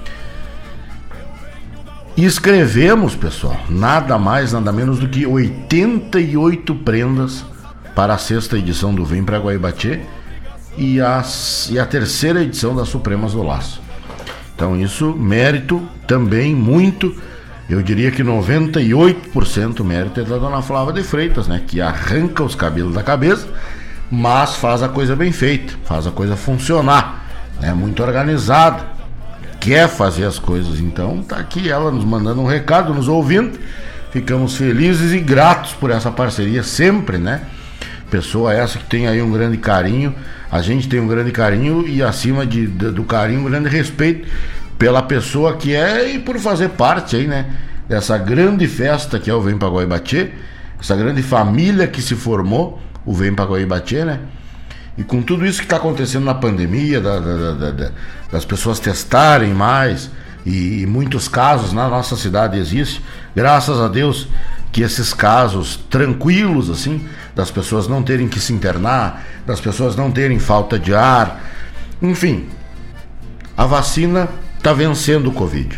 E escrevemos, pessoal, nada mais, nada menos do que 88 prendas para a 6ª edição do Vem pra Guaibatê e a 3ª edição das Supremas do Laço. Então isso, mérito também muito, eu diria que 98% mérito é da Dona Flávia de Freitas, né? Que arranca os cabelos da cabeça, mas faz a coisa bem feita, faz a coisa funcionar, é muito organizada, quer fazer as coisas. Então tá aqui ela nos mandando um recado, nos ouvindo. Ficamos felizes e gratos por essa parceria sempre, né? Pessoa essa que tem aí um grande carinho, a gente tem um grande carinho e acima do carinho, um grande respeito pela pessoa que é e por fazer parte aí, né? Dessa grande festa que é o Vem pra Guaibatê, essa grande família que se formou, o Vem pra Guaibatê, né? E com tudo isso que está acontecendo na pandemia, das pessoas testarem mais, e muitos casos na nossa cidade existem, graças a Deus que esses casos tranquilos, assim, das pessoas não terem que se internar, das pessoas não terem falta de ar, enfim, a vacina está vencendo o Covid.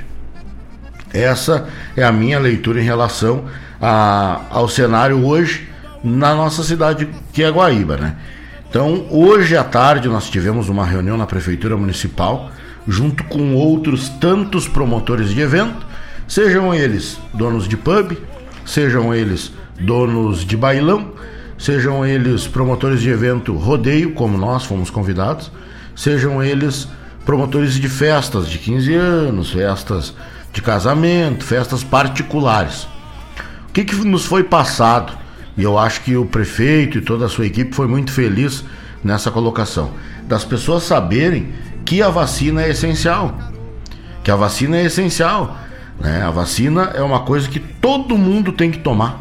Essa é a minha leitura em relação ao cenário hoje na nossa cidade, que é Guaíba, né? Então, hoje à tarde nós tivemos uma reunião na Prefeitura Municipal, junto com outros tantos promotores de evento, sejam eles donos de pub, sejam eles donos de bailão, sejam eles promotores de evento rodeio, como nós fomos convidados, sejam eles promotores de festas de 15 anos, festas de casamento, festas particulares. O que nos foi passado? E eu acho que o prefeito e toda a sua equipe foi muito feliz nessa colocação, das pessoas saberem que a vacina é essencial, que a vacina é essencial, né? A vacina é uma coisa que todo mundo tem que tomar,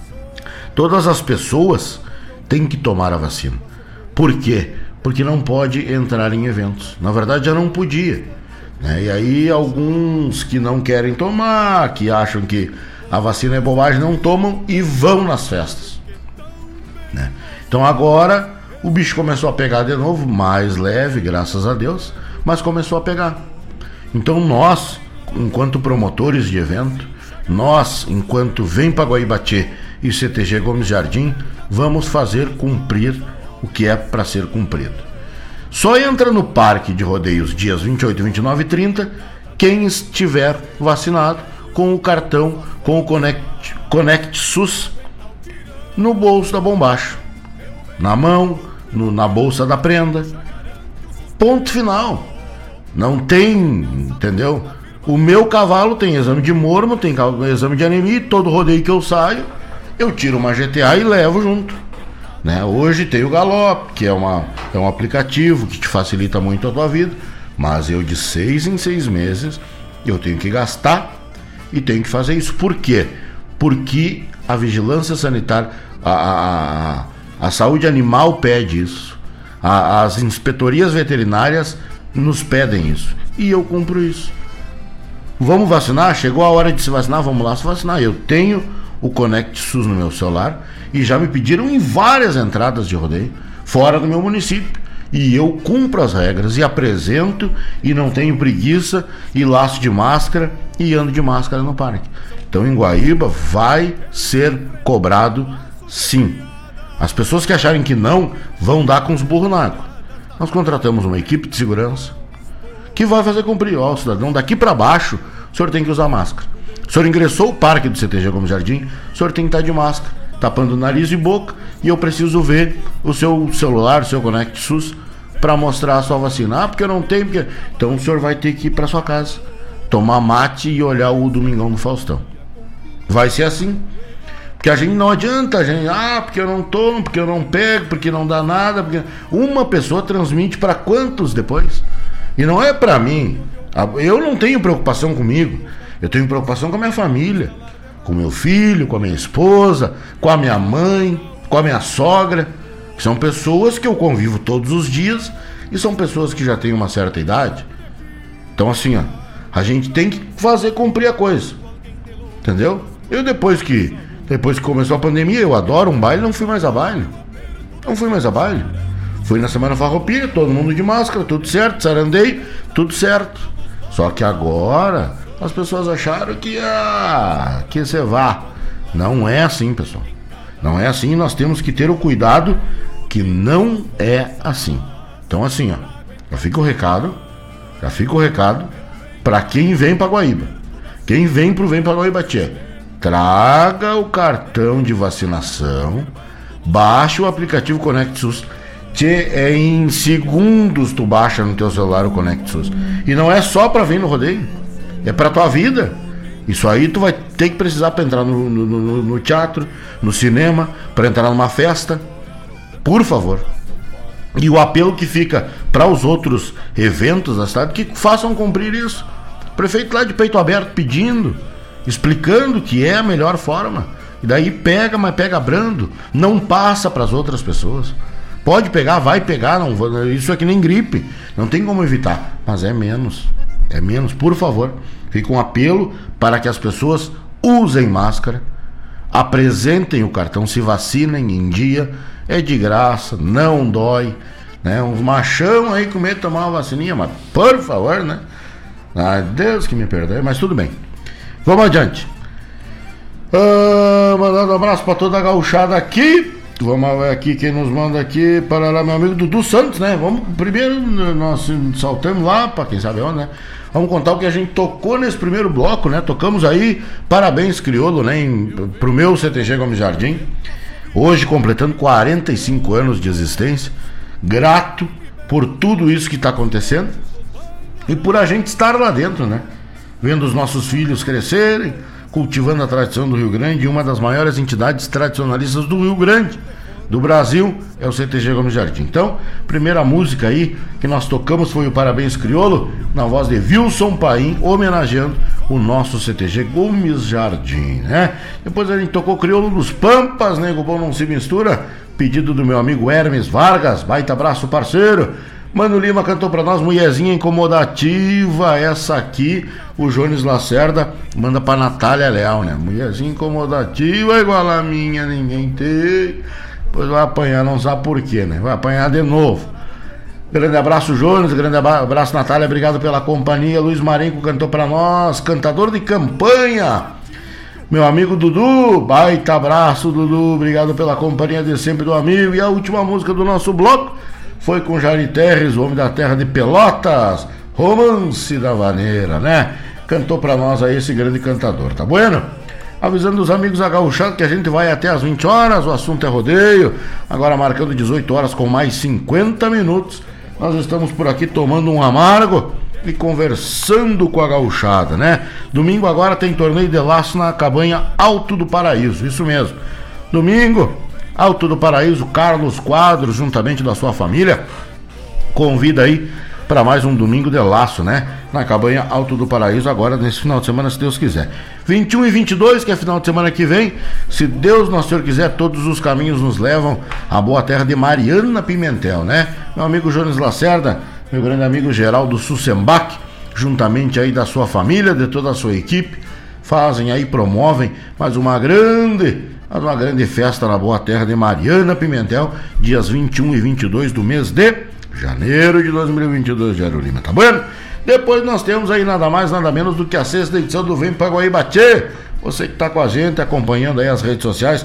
todas as pessoas têm que tomar a vacina. Por quê? Porque não pode entrar em eventos, na verdade já não podia, né? E aí alguns que não querem tomar, que acham que a vacina é bobagem, não tomam e vão nas festas, né? Então agora o bicho começou a pegar de novo, mais leve, graças a Deus, mas começou a pegar. Então nós, enquanto promotores de evento, nós, enquanto Vem pra Guaibatê e CTG Gomes Jardim, vamos fazer cumprir o que é para ser cumprido. Só entra no parque de rodeios dias 28, 29 e 30 quem estiver vacinado com o cartão, com o Conect SUS no bolso da bombacha, na mão, na bolsa da prenda. Ponto final. Não tem, entendeu? O meu cavalo tem exame de mormo, tem exame de anemia, todo rodeio que eu saio, eu tiro uma GTA e levo junto, né? Hoje tem o Galope, que é um aplicativo que te facilita muito a tua vida, mas eu de 6 em 6 meses eu tenho que gastar e tenho que fazer isso. Por quê? Porque a vigilância sanitária, a saúde animal pede isso, as inspetorias veterinárias nos pedem isso, e eu cumpro isso. Vamos vacinar? Chegou a hora de se vacinar, vamos lá se vacinar. Eu tenho o Conect SUS no meu celular e já me pediram em várias entradas de rodeio fora do meu município, e eu cumpro as regras e apresento, e não tenho preguiça, e laço de máscara e ando de máscara no parque. Então em Guaíba vai ser cobrado sim. As pessoas que acharem que não, vão dar com os burros na água. Nós contratamos uma equipe de segurança que vai fazer cumprir. Ó, cidadão, daqui para baixo o senhor tem que usar máscara. O senhor ingressou o parque do CTG Gomes Jardim, o senhor tem que estar de máscara, tapando nariz e boca, e eu preciso ver o seu celular, o seu Conect SUS para mostrar a sua vacina. Porque eu não tenho, porque... Então o senhor vai ter que ir para sua casa, tomar mate e olhar o Domingão do Faustão. Vai ser assim. Porque a gente não adianta, a gente, porque eu não tomo, porque eu não pego, porque não dá nada, porque... Uma pessoa transmite para quantos depois? E não é para mim. Eu não tenho preocupação comigo, eu tenho preocupação com a minha família, com meu filho, com a minha esposa, com a minha mãe, com a minha sogra, que são pessoas que eu convivo todos os dias e são pessoas que já têm uma certa idade. Então assim, a gente tem que fazer cumprir a coisa, entendeu? Eu depois que começou a pandemia, eu adoro um baile, não fui mais a baile. Fui na Semana Farroupilha, todo mundo de máscara, tudo certo, sarandei, tudo certo. Só que agora as pessoas acharam que você vá. Não é assim, pessoal. Não é assim, nós temos que ter o cuidado que não é assim. Então assim, já fica o recado para quem vem para Guaíba. Quem vem pro Vem para Guaíba, traga o cartão de vacinação, baixa o aplicativo Conect SUS. Em segundos tu baixa no teu celular o Conect SUS. E não é só pra vir no rodeio, é pra tua vida. Isso aí tu vai ter que precisar pra entrar no teatro, no cinema, pra entrar numa festa. Por favor. E o apelo que fica para os outros eventos da cidade, que façam cumprir isso. O prefeito lá de peito aberto pedindo, explicando que é a melhor forma. E daí pega, mas pega brando. Não passa para as outras pessoas. Pode pegar, vai pegar, não, isso é que nem gripe, não tem como evitar, mas é menos, por favor. Fica um apelo para que as pessoas usem máscara, apresentem o cartão, se vacinem em dia, é de graça, não dói, né? Uns machão aí com medo de tomar uma vacininha, mas por favor, né? Deus que me perdoe, mas tudo bem. Vamos adiante. Mandando um abraço para toda a gauchada aqui. Vamos ver aqui quem nos manda aqui. Para lá, meu amigo Dudu Santos, né? Vamos, primeiro nós saltamos lá para quem sabe onde, né? Vamos contar o que a gente tocou nesse primeiro bloco, né? Tocamos aí Parabéns Crioulo, né? Pro meu CTG Gomes Jardim. Hoje completando 45 anos de existência. Grato por tudo isso que está acontecendo e por a gente estar lá dentro, né? Vendo os nossos filhos crescerem, cultivando a tradição do Rio Grande. E uma das maiores entidades tradicionalistas do Rio Grande, do Brasil, é o CTG Gomes Jardim. Então, primeira música aí que nós tocamos foi o Parabéns Crioulo, na voz de Wilson Paim, homenageando o nosso CTG Gomes Jardim, né? Depois a gente tocou Crioulo dos Pampas, né? O bom não se mistura, pedido do meu amigo Hermes Vargas, baita abraço, parceiro. Mano Lima cantou pra nós Mulherzinha Incomodativa. Essa aqui o Jones Lacerda manda pra Natália Leal, né? Mulherzinha incomodativa igual a minha ninguém tem. Pois vai apanhar, não sabe por quê, né? Vai apanhar de novo. Grande abraço, Jones, grande abraço, Natália, obrigado pela companhia. Luiz Marenco cantou pra nós, cantador de campanha. Meu amigo Dudu, baita abraço, Dudu, obrigado pela companhia de sempre do amigo. E a última música do nosso bloco foi com Jari Terres, o homem da terra de Pelotas, Romance da Vaneira, né? Cantou pra nós aí esse grande cantador, tá bueno? Avisando os amigos agaúchados que a gente vai até às 20 horas, o assunto é rodeio, agora marcando 18 horas com mais 50 minutos. Nós estamos por aqui tomando um amargo e conversando com a gauchada, né? Domingo agora tem torneio de laço na cabanha Alto do Paraíso, isso mesmo. Domingo, Alto do Paraíso, Carlos Quadros, juntamente da sua família, convida aí para mais um domingo de laço, né? Na cabanha Alto do Paraíso, agora nesse final de semana, se Deus quiser. 21 e 22, que é final de semana que vem, se Deus nosso Senhor quiser, todos os caminhos nos levam à boa terra de Mariana Pimentel, né? Meu amigo Jones Lacerda, meu grande amigo Geraldo Sussembach, juntamente aí da sua família, de toda a sua equipe, fazem aí, promovem mais uma grande festa na boa terra de Mariana Pimentel, dias 21 e 22 do mês de janeiro de 2022, Jairo Lima, tá bom? Depois nós temos aí nada mais, nada menos do que a 6ª edição do Vem pra Guaíba Tchê. Você que tá com a gente, acompanhando aí as redes sociais,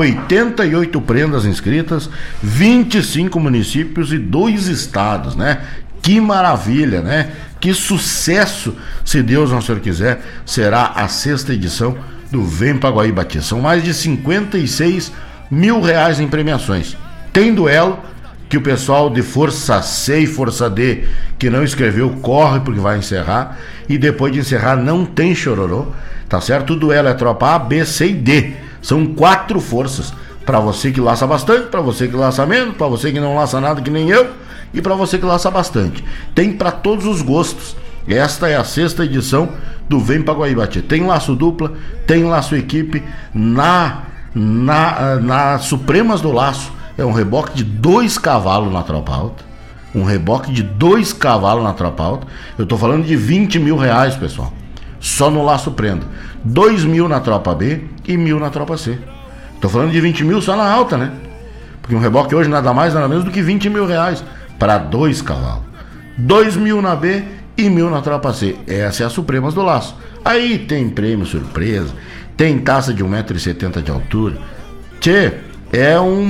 88 prendas inscritas, 25 municípios e 2 estados, né? Que maravilha, né? Que sucesso, se Deus não Senhor quiser, será a 6ª edição do Vem pra Guaíba Tchê. São mais de 56 mil reais em premiações. Tem duelo, que o pessoal de Força C e Força D que não escreveu, corre porque vai encerrar, e depois de encerrar não tem chororô, tá certo? O duelo é tropa A, B, C e D, são 4 forças, para você que laça bastante, para você que laça menos, para você que não laça nada que nem eu, e para você que laça bastante. Tem para todos os gostos. Esta é a 6ª edição do Vem pra Guaíba. Tem laço dupla, tem laço equipe. Na Supremas do Laço é um reboque de 2 cavalos na tropa alta. Um reboque de 2 cavalos na tropa alta. Eu tô falando de 20 mil reais, pessoal, só no laço prenda. 2 mil na tropa B e 1.000 na tropa C. Tô falando de 20 mil só na alta, né? Porque um reboque hoje nada mais, nada menos do que 20 mil reais para 2 cavalos. 2 mil na B e 1.000 na tropa C. Essa é a Supremas do Laço. Aí tem prêmio surpresa, tem taça de 1,70 m de altura. Tchê, é um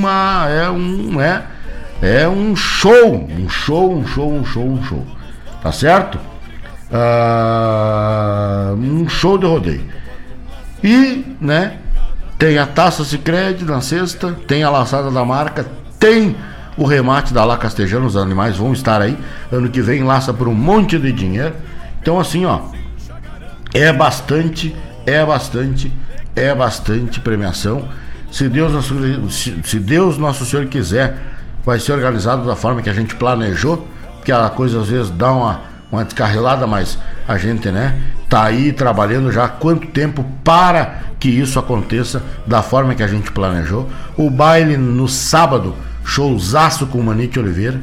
show. Tá certo? Um show de rodeio. E, né, tem a taça Sicredi na sexta, tem a laçada da marca, tem o remate da La Castejana, os animais vão estar aí. Ano que vem laça por um monte de dinheiro. Então assim, ó, é bastante premiação. Se Deus Nosso Senhor quiser, vai ser organizado da forma que a gente planejou, porque a coisa às vezes dá uma descarrilada, mas a gente, né, tá aí trabalhando já há quanto tempo para que isso aconteça da forma que a gente planejou. O baile no sábado, showzaço com o Manite Oliveira.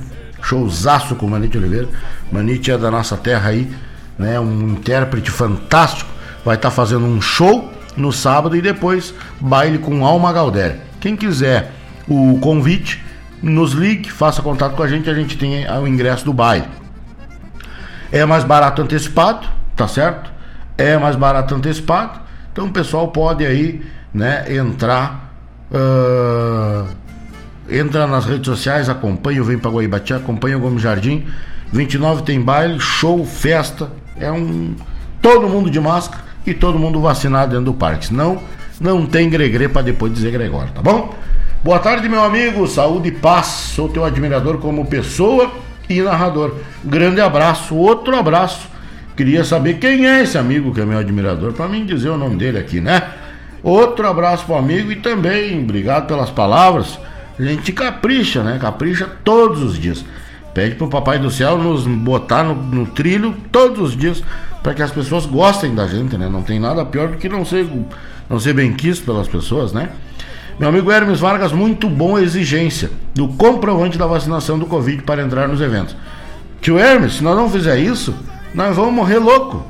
Manite é da nossa terra aí, né? Um intérprete fantástico. Vai estar fazendo um show no sábado e depois baile com Alma Galdéria. Quem quiser o convite, nos ligue, faça contato com a gente tem o ingresso do baile. É mais barato antecipado, tá certo? É mais barato antecipado. Então o pessoal pode aí, né, entra nas redes sociais, acompanha o Vem pra Guaíba, acompanha o Gomes Jardim. 29 tem baile, show, festa. Todo mundo de máscara e todo mundo vacinado dentro do parque. Senão não tem gregre pra depois dizer Gregório, tá bom? Boa tarde, meu amigo, saúde e paz. Sou teu admirador como pessoa e narrador. Grande abraço, outro abraço. Queria saber quem é esse amigo que é meu admirador, pra mim dizer o nome dele aqui, né? Outro abraço pro amigo e também obrigado pelas palavras. A gente capricha, né? Capricha todos os dias. Pede pro Papai do Céu nos botar no trilho todos os dias, para que as pessoas gostem da gente, né? Não tem nada pior do que não ser bem quisto pelas pessoas, né? Meu amigo Hermes Vargas, muito bom a exigência do comprovante da vacinação do Covid para entrar nos eventos. Tio Hermes, se nós não fizer isso, nós vamos morrer louco.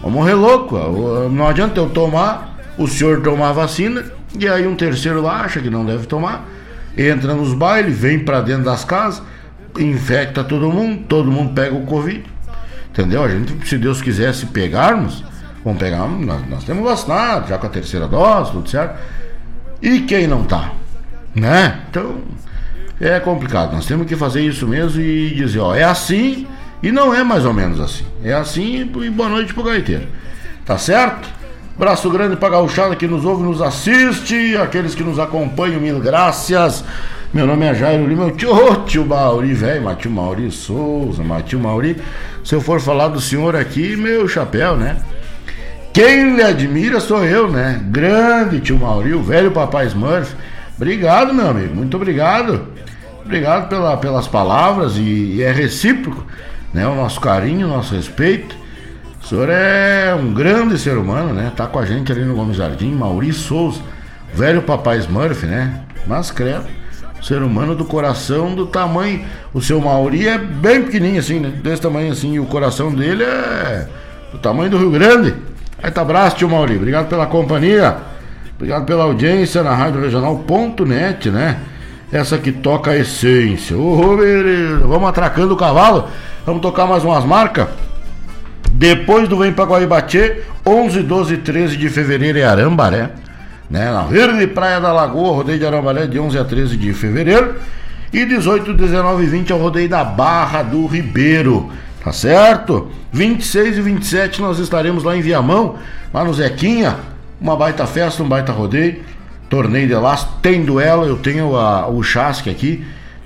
Não adianta eu tomar, o senhor tomar a vacina, e aí um terceiro lá acha que não deve tomar, entra nos bailes, vem pra dentro das casas, infecta todo mundo pega o Covid. Entendeu? A gente, se Deus quisesse pegarmos, vamos pegar, nós temos vacinado, já com a terceira dose, tudo certo. E quem não tá? Né? Então, é complicado. Nós temos que fazer isso mesmo e dizer, ó, é assim e não é mais ou menos assim. É assim e boa noite pro gaiteiro. Tá certo? Braço grande pra gauchada que nos ouve, nos assiste, aqueles que nos acompanham, mil graças. Meu nome é Jairo Lima, tio Mauri, velho, Matheus Mauri Souza, Matheus Mauri. Se eu for falar do senhor aqui, meu chapéu, né? Quem lhe admira sou eu, né? Grande tio Mauri, o velho papai Smurf. Obrigado, meu amigo, muito obrigado. Obrigado pelas palavras e é recíproco, né? O nosso carinho, o nosso respeito. O senhor é um grande ser humano, né? Tá com a gente ali no Gomes Jardim, Mauri Souza, velho papai Smurf, né? Mas credo, ser humano do coração do tamanho. O seu Mauri é bem pequenininho assim, né? Desse tamanho assim, e o coração dele é do tamanho do Rio Grande. Aí tá abraço, tio Mauri. Obrigado pela companhia, obrigado pela audiência na Rádio Regional.net, né? Essa que toca a essência. Beleza. Vamos atracando o cavalo. Vamos tocar mais umas marcas. Depois do Vem pra Guaibatê, 11, 12 e 13 de fevereiro é Arambaré, né? Na Verde Praia da Lagoa, rodeio de Arambaré de 11 a 13 de fevereiro. E 18, 19 e 20 é o rodeio da Barra do Ribeiro, tá certo? 26 e 27 nós estaremos lá em Viamão, lá no Zequinha. Uma baita festa, um baita rodeio, torneio de laço, tem duelo. Eu tenho o chasque aqui,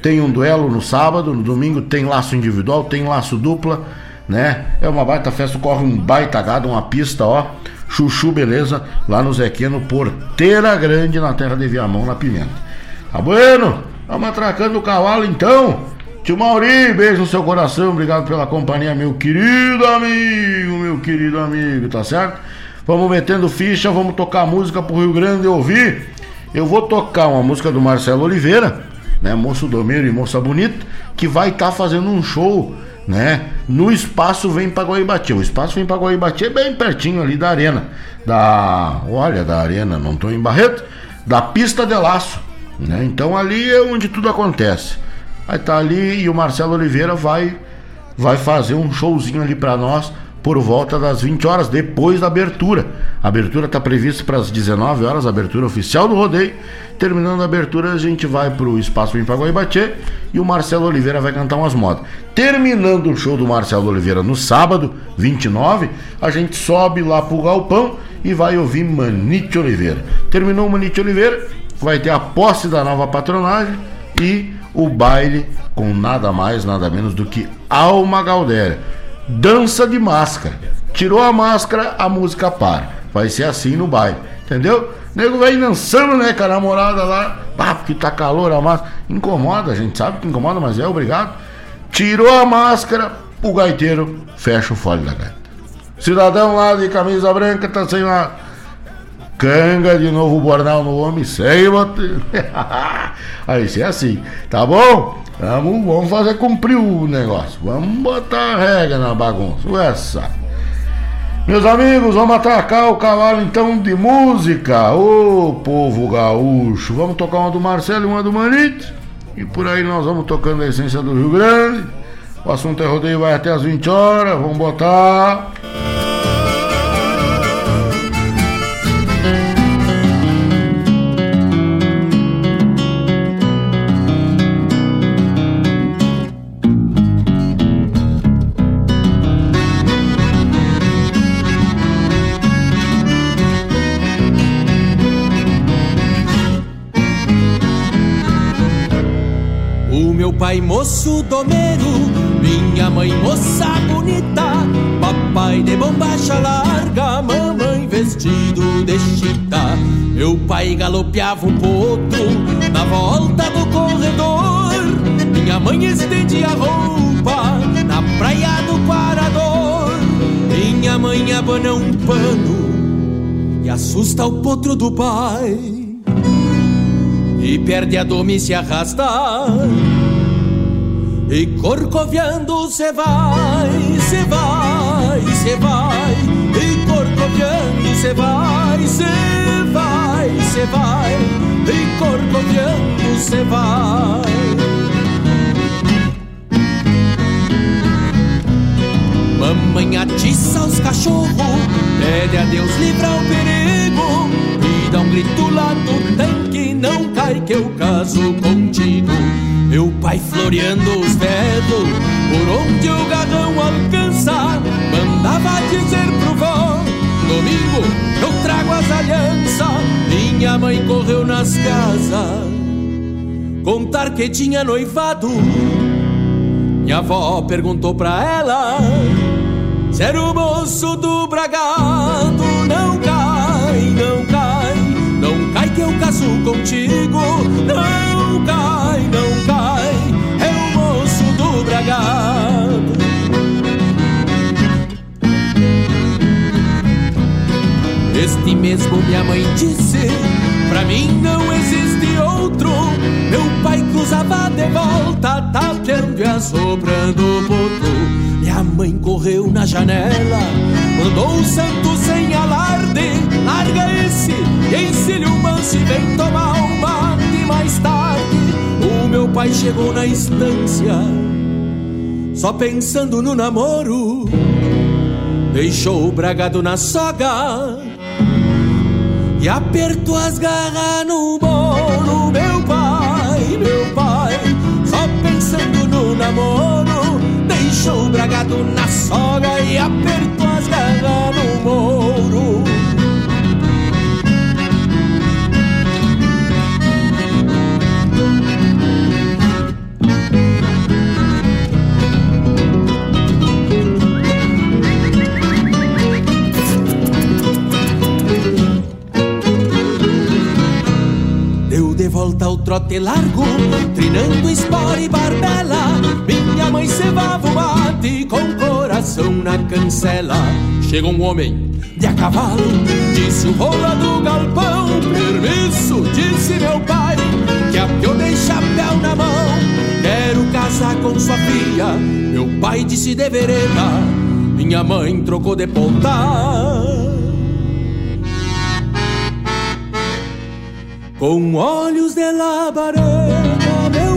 tem um duelo no sábado, no domingo tem laço individual, tem laço dupla, né? É uma baita festa, corre um baita gado, uma pista, ó, chuchu, beleza, lá no Zequeno, Porteira Grande, na terra de Viamão, na Pimenta. Tá bueno? Vamos atracando o cavalo então. Tio Mauri, beijo no seu coração, obrigado pela companhia, meu querido amigo, tá certo? Vamos metendo ficha, vamos tocar música pro Rio Grande ouvir. Eu vou tocar uma música do Marcelo Oliveira, né, moço domeiro e moça bonita, que vai estar fazendo um show, né, no Espaço Vem pra Guaibati. O Espaço Vem pra Guaibati é bem pertinho ali da arena, da arena, não tô em Barreto, da pista de laço, né, então ali é onde tudo acontece. Vai estar ali e o Marcelo Oliveira vai fazer um showzinho ali pra nós por volta das 20 horas, depois da abertura. A abertura está prevista para as 19 horas, a abertura oficial do rodeio. Terminando a abertura, a gente vai pro Espaço Vem pra Guaibati e o Marcelo Oliveira vai cantar umas modas. Terminando o show do Marcelo Oliveira no sábado, 29, a gente sobe lá pro galpão e vai ouvir Manite Oliveira. Terminou o Manite Oliveira, vai ter a posse da nova patronagem e o baile com nada mais, nada menos do que Alma Galdéria. Dança de máscara. Tirou a máscara, a música para. Vai ser assim no baile, entendeu? O nego vai dançando, né, com a namorada lá. Porque tá calor a máscara. Incomoda, a gente sabe que incomoda, mas é obrigado. Tirou a máscara, o gaiteiro fecha o fole da gaita. Cidadão lá de camisa branca tá sem uma canga de novo bornal no homem, sem botar. Aí é assim, tá bom? Vamos fazer cumprir o negócio. Vamos botar a regra na bagunça. Essa. Meus amigos, vamos atacar o cavalo então de música. Ô povo gaúcho. Vamos tocar uma do Marcelo e uma do Manite. E por aí nós vamos tocando a essência do Rio Grande. O assunto é rodeio, vai até as 20 horas. Vamos botar. Pai moço domeiro, minha mãe moça bonita, papai de bombacha larga, mamãe vestido de chita. Meu pai galopeava um potro na volta do corredor, minha mãe estendia a roupa na praia do Parador. Minha mãe abana um pano e assusta o potro do pai, e perde a doma e se arrasta. E corcoviando cê vai, cê vai, cê vai. E corcoviando cê vai, cê vai, cê vai. E corcoviando cê vai. Mamãe atiça os cachorros, pede a Deus livrar o perigo, e dá um grito lá do tanque, não cai que eu caso contigo. Meu pai floreando os dedos, por onde o garrão alcança, mandava dizer pro vó: domingo eu trago as alianças. Minha mãe correu nas casas contar que tinha noivado. Minha avó perguntou pra ela se era o moço do bragado. Não cai, não cai, não cai que eu caso contigo. Não cai, não cai, é o moço do bragado. Este mesmo minha mãe disse, pra mim não existe outro. Meu pai cruzava de volta, tapeando e assoprando o potro. Minha mãe correu na janela, mandou o santo sem alarde: larga esse, ensine o manso e vem tomar um mate mais tarde. O meu pai chegou na estância, só pensando no namoro, deixou o bragado na soga e apertou as garras no bolo. Meu pai, só pensando no namoro, deixou o bragado na soga e apertou as garras no moro. trote largo, trinando espora e barbela. Minha mãe cevava o mate com coração na cancela. Chega um homem de a cavalo, disse o rola do galpão. Permisso, disse meu pai, que apiolei chapéu na mão. Quero casar com sua filha. Meu pai disse de vereda, minha mãe trocou de ponta. Com olhos de labareda, meu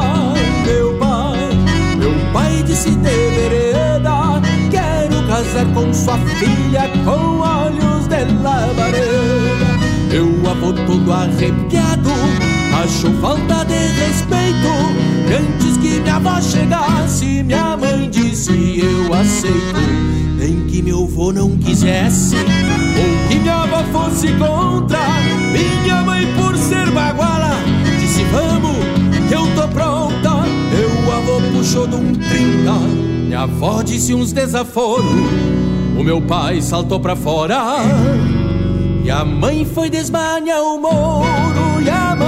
pai disse de vereda. Quero casar com sua filha, com olhos de labareda. Meu avô todo arrepiado achou falta de respeito. E antes que minha avó chegasse, minha mãe disse eu aceito. Nem que meu avô não quisesse, ou que minha avó fosse contra. Minha mãe, por ser baguala, disse vamos, que eu tô pronta. Meu avô puxou de um 30, minha avó disse uns desaforos. O meu pai saltou pra fora, e a mãe foi desmanhar o mouro. E a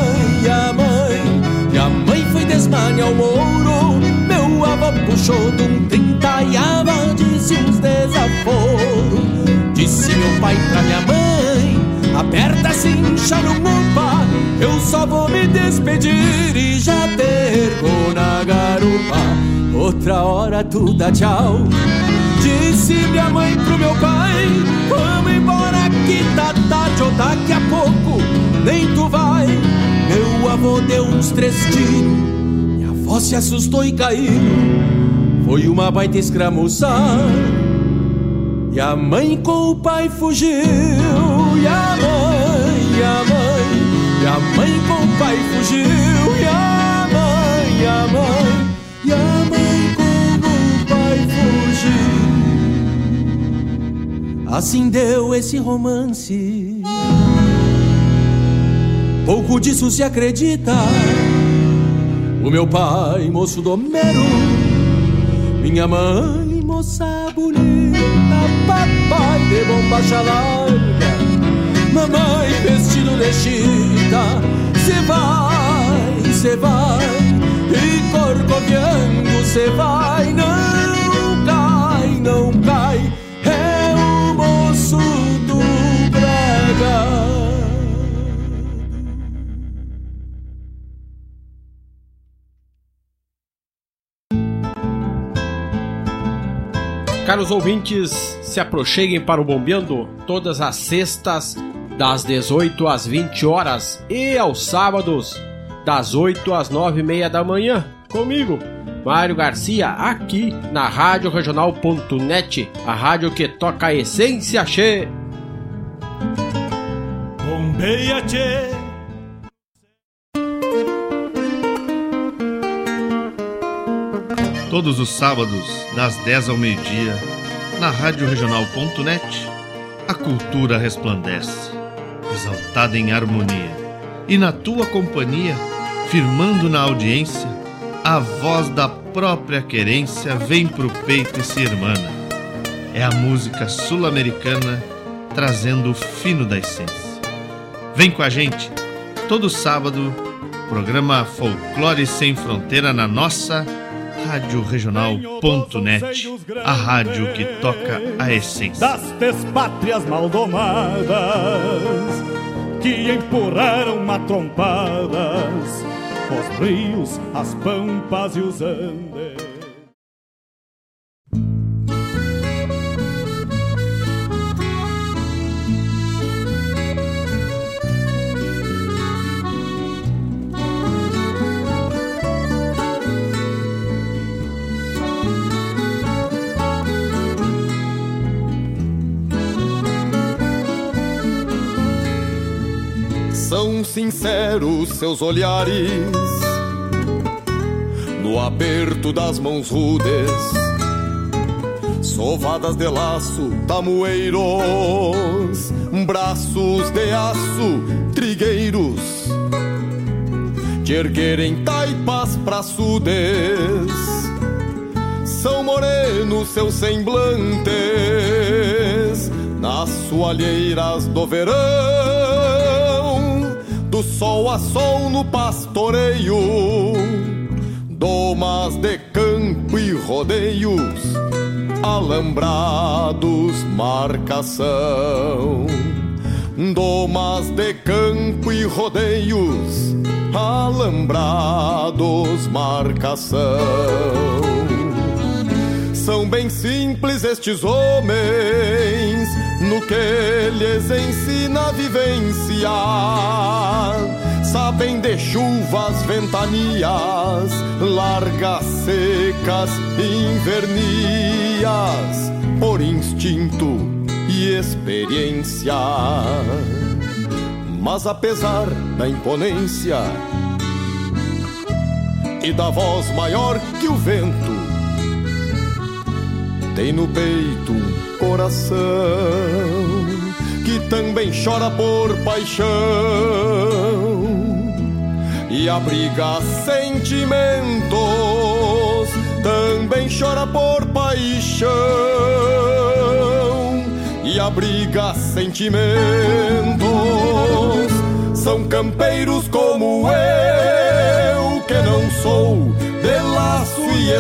mãe foi desmanhar o mouro. Meu avô puxou de um 30, e a avó disse uns desaforos. Disse meu pai pra minha mãe, aperta cincha no mupa, eu só vou me despedir e já perco na garupa. Outra hora tu dá tchau. Disse minha mãe pro meu pai, vamos embora que tá tarde, ou daqui a pouco nem tu vai. Meu avô deu uns 3 tiros, minha avó se assustou e caiu. Foi uma baita escramuçar, e a mãe com o pai fugiu. E a mãe com o pai fugiu. E a mãe com o pai fugiu. Assim deu esse romance. Pouco disso se acredita. O meu pai, moço domero, minha mãe, moça bonita. Papai de bombacha larga, mamãe vestido de chita. Cê vai, e corcoviando cê vai. Não cai, é o moço do brega. Caros ouvintes, se aproxeguem para o Bombeando todas as sextas, das 18 às 20 horas e aos sábados, das 8 às 9h30 da manhã, comigo, Mário Garcia, aqui na Rádio Regional.net, a rádio que toca a essência, che. Bombeia, che. Todos os sábados, das 10 ao meio-dia, na Rádio Regional.net, a cultura resplandece, exaltada em harmonia, e na tua companhia, firmando na audiência, a voz da própria querência vem pro peito e se irmana. É a música sul-americana trazendo o fino da essência. Vem com a gente, todo sábado, programa Folclore Sem Fronteira na nossa Rádio Regional.net, a rádio que toca a essência das despátrias maldomadas que empurraram matrompadas os rios, as pampas e os andes. São sinceros seus olhares no aperto das mãos rudes, sovadas de laço, tamoeiros, braços de aço, trigueiros, de erguerem taipas praçudes. São morenos seus semblantes nas soalheiras do verão, dos sol a sol no pastoreio, domas de campo e rodeios, alambrados, marcação. Domas de campo e rodeios, alambrados, marcação. São bem simples estes homens no que lhes ensina a vivência. Sabem de chuvas, ventanias, largas, secas, invernias, por instinto e experiência. Mas apesar da imponência e da voz maior que o vento, tem no peito um coração que também chora por paixão e abriga sentimentos, também chora por paixão e abriga sentimentos. São campeiros como eu, que não sou de laço e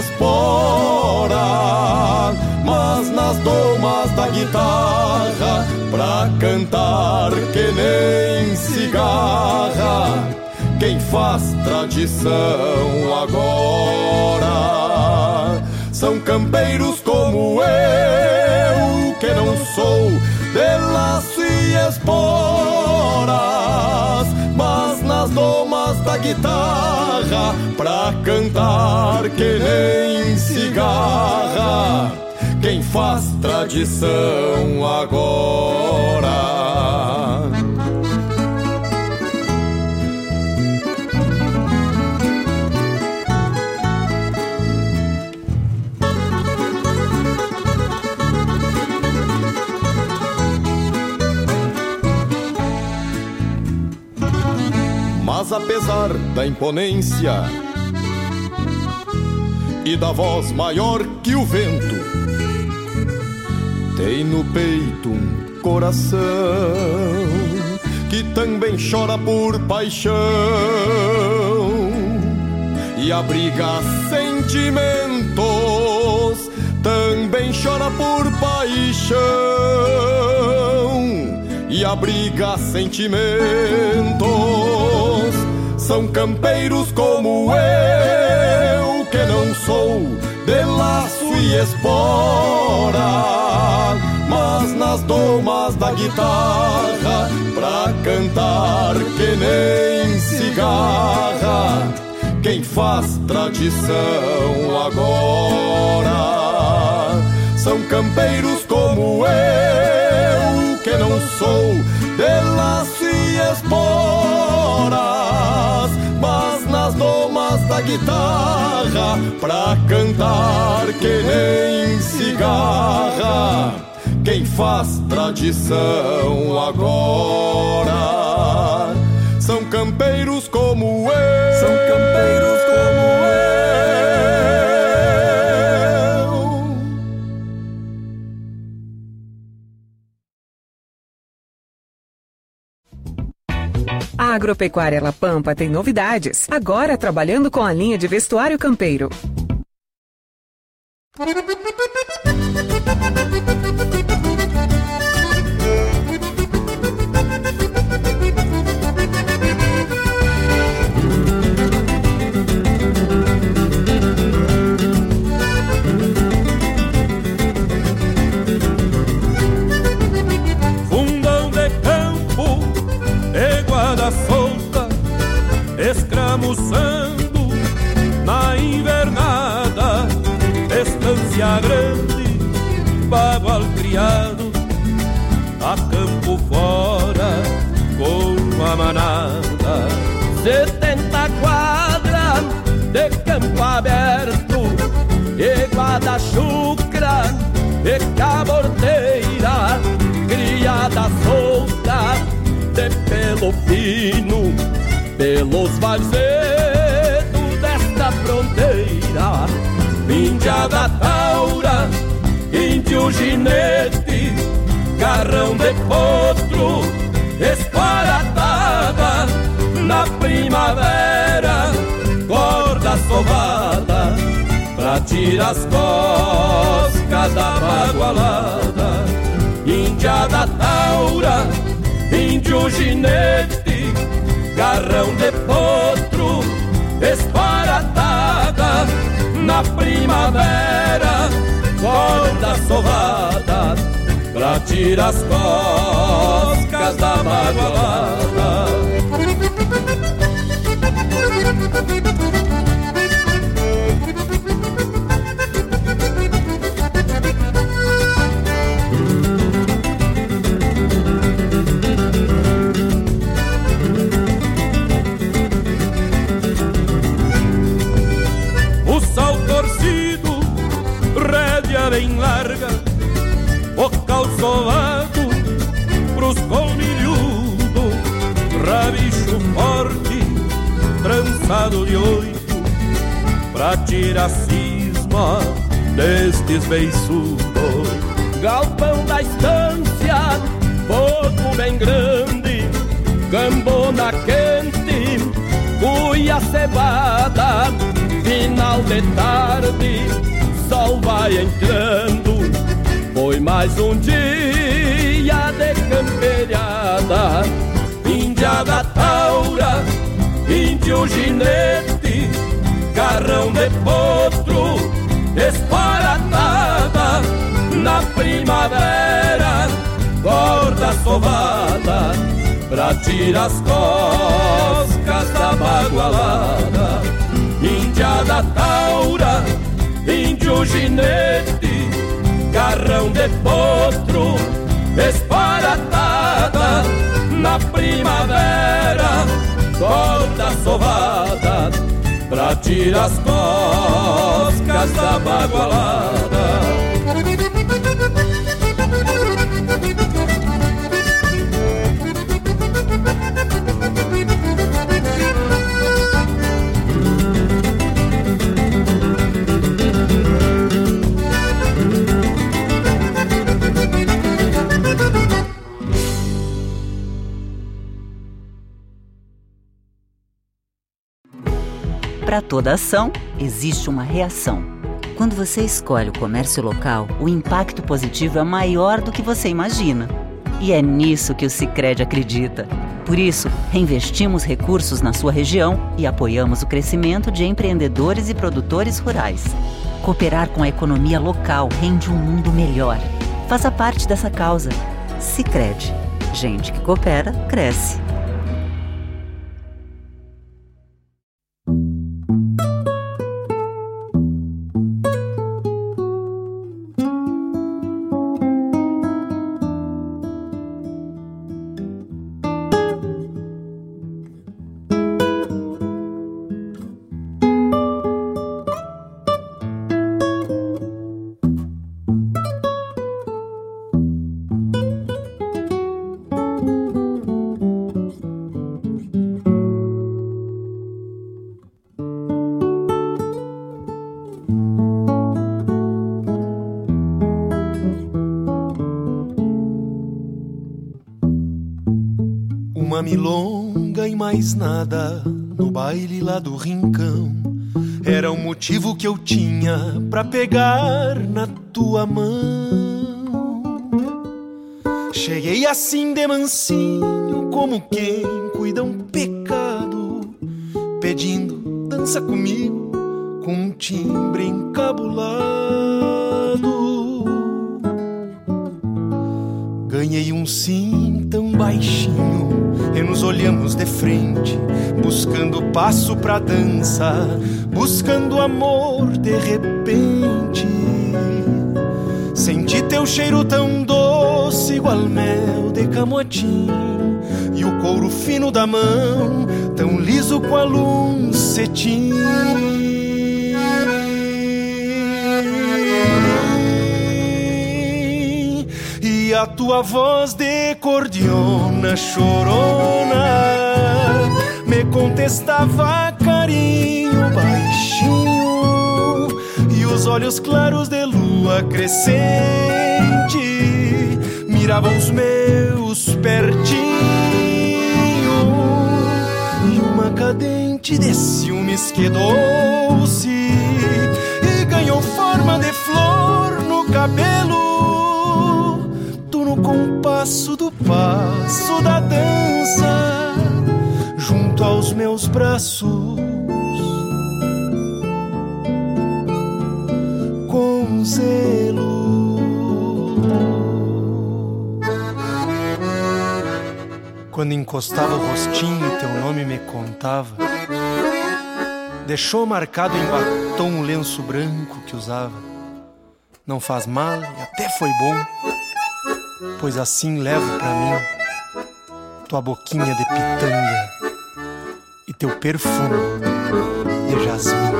espora, mas nas domas da guitarra, pra cantar que nem cigarra, quem faz tradição agora. São campeiros como eu, que não sou de laço e esporas, mas nas domas da guitarra, pra cantar que nem cigarra, quem faz tradição agora. Mas apesar da imponência e da voz maior que o vento, tem no peito um coração que também chora por paixão e abriga sentimentos, também chora por paixão e abriga sentimentos. São campeiros como eu, que não sou de laço e espora, mas nas domas da guitarra, pra cantar que nem cigarra, quem faz tradição agora. São campeiros como eu, que não sou de laço e esporas, mas nas domas da guitarra, pra cantar que nem cigarra, quem faz tradição agora. São campeiros como eu, são campeiros como eu. A Agropecuária La Pampa tem novidades, agora trabalhando com a linha de vestuário campeiro. Fundão de campo, iguada solta, escramuçando na invernada, estância grande, bagual criado, a campo fora com a manada. 70 quadras de campo aberto, iguada chucra e caborteira, criada solta de pelo fino, pelos varzedos desta fronteira. Vindiada taura, índio ginete, garrão de potro, esparatada, na primavera, corda sovada pra tirar as coscas da bagualada. Índia da taura, índio ginete, garrão de potro, esparatada. Na primavera, corda sovada pra tirar as coscas da bagualada. O sal torcido, rédea bem larga, o calçovado pros colmilhudos, rabicho forte, trançado de 8, pra tirar cisma destes beiçudos. Galpão da estância, fogo bem grande, gambona quente, cuia cevada. Final de tarde, sol vai entrando, foi mais um dia de camperiada. Índia da taura, índio ginete, garrão de potro, esparatada. Na primavera, corda sovada pra tirar as coscas da bagualada. Índia da taura, índio ginete, garrão de potro, esparatada. Na primavera, corda sovada pra tirar as coscas da bagualada. Para toda ação, existe uma reação. Quando você escolhe o comércio local, o impacto positivo é maior do que você imagina. E é nisso que o Sicredi acredita. Por isso, reinvestimos recursos na sua região e apoiamos o crescimento de empreendedores e produtores rurais. Cooperar com a economia local rende um mundo melhor. Faça parte dessa causa. Sicredi. Gente que coopera, cresce. Uma milonga e mais nada no baile lá do rincão era o motivo que eu tinha pra pegar na tua mão. Cheguei assim de mansinho, como quem cuida um pecado, pedindo dança comigo com um timbre encabulado. Ganhei um sim tão baixinho e nos olhamos de frente, buscando passo pra dança, buscando amor de repente. Senti teu cheiro tão doce, igual mel de camotim, e o couro fino da mão, tão liso qual um cetim. E a tua voz de cordiona chorona me contestava carinho baixinho, e os olhos claros de lua crescente miravam os meus pertinho, e o cadente de ciúmes quedou-se e ganhou forma de flor no cabelo. Tu no compasso do passo da dança, junto aos meus braços, com zelo. Quando encostava o rostinho, teu nome me contava. Deixou marcado em batom o lenço branco que usava. Não faz mal e até foi bom, pois assim levo pra mim tua boquinha de pitanga e teu perfume de jasmim.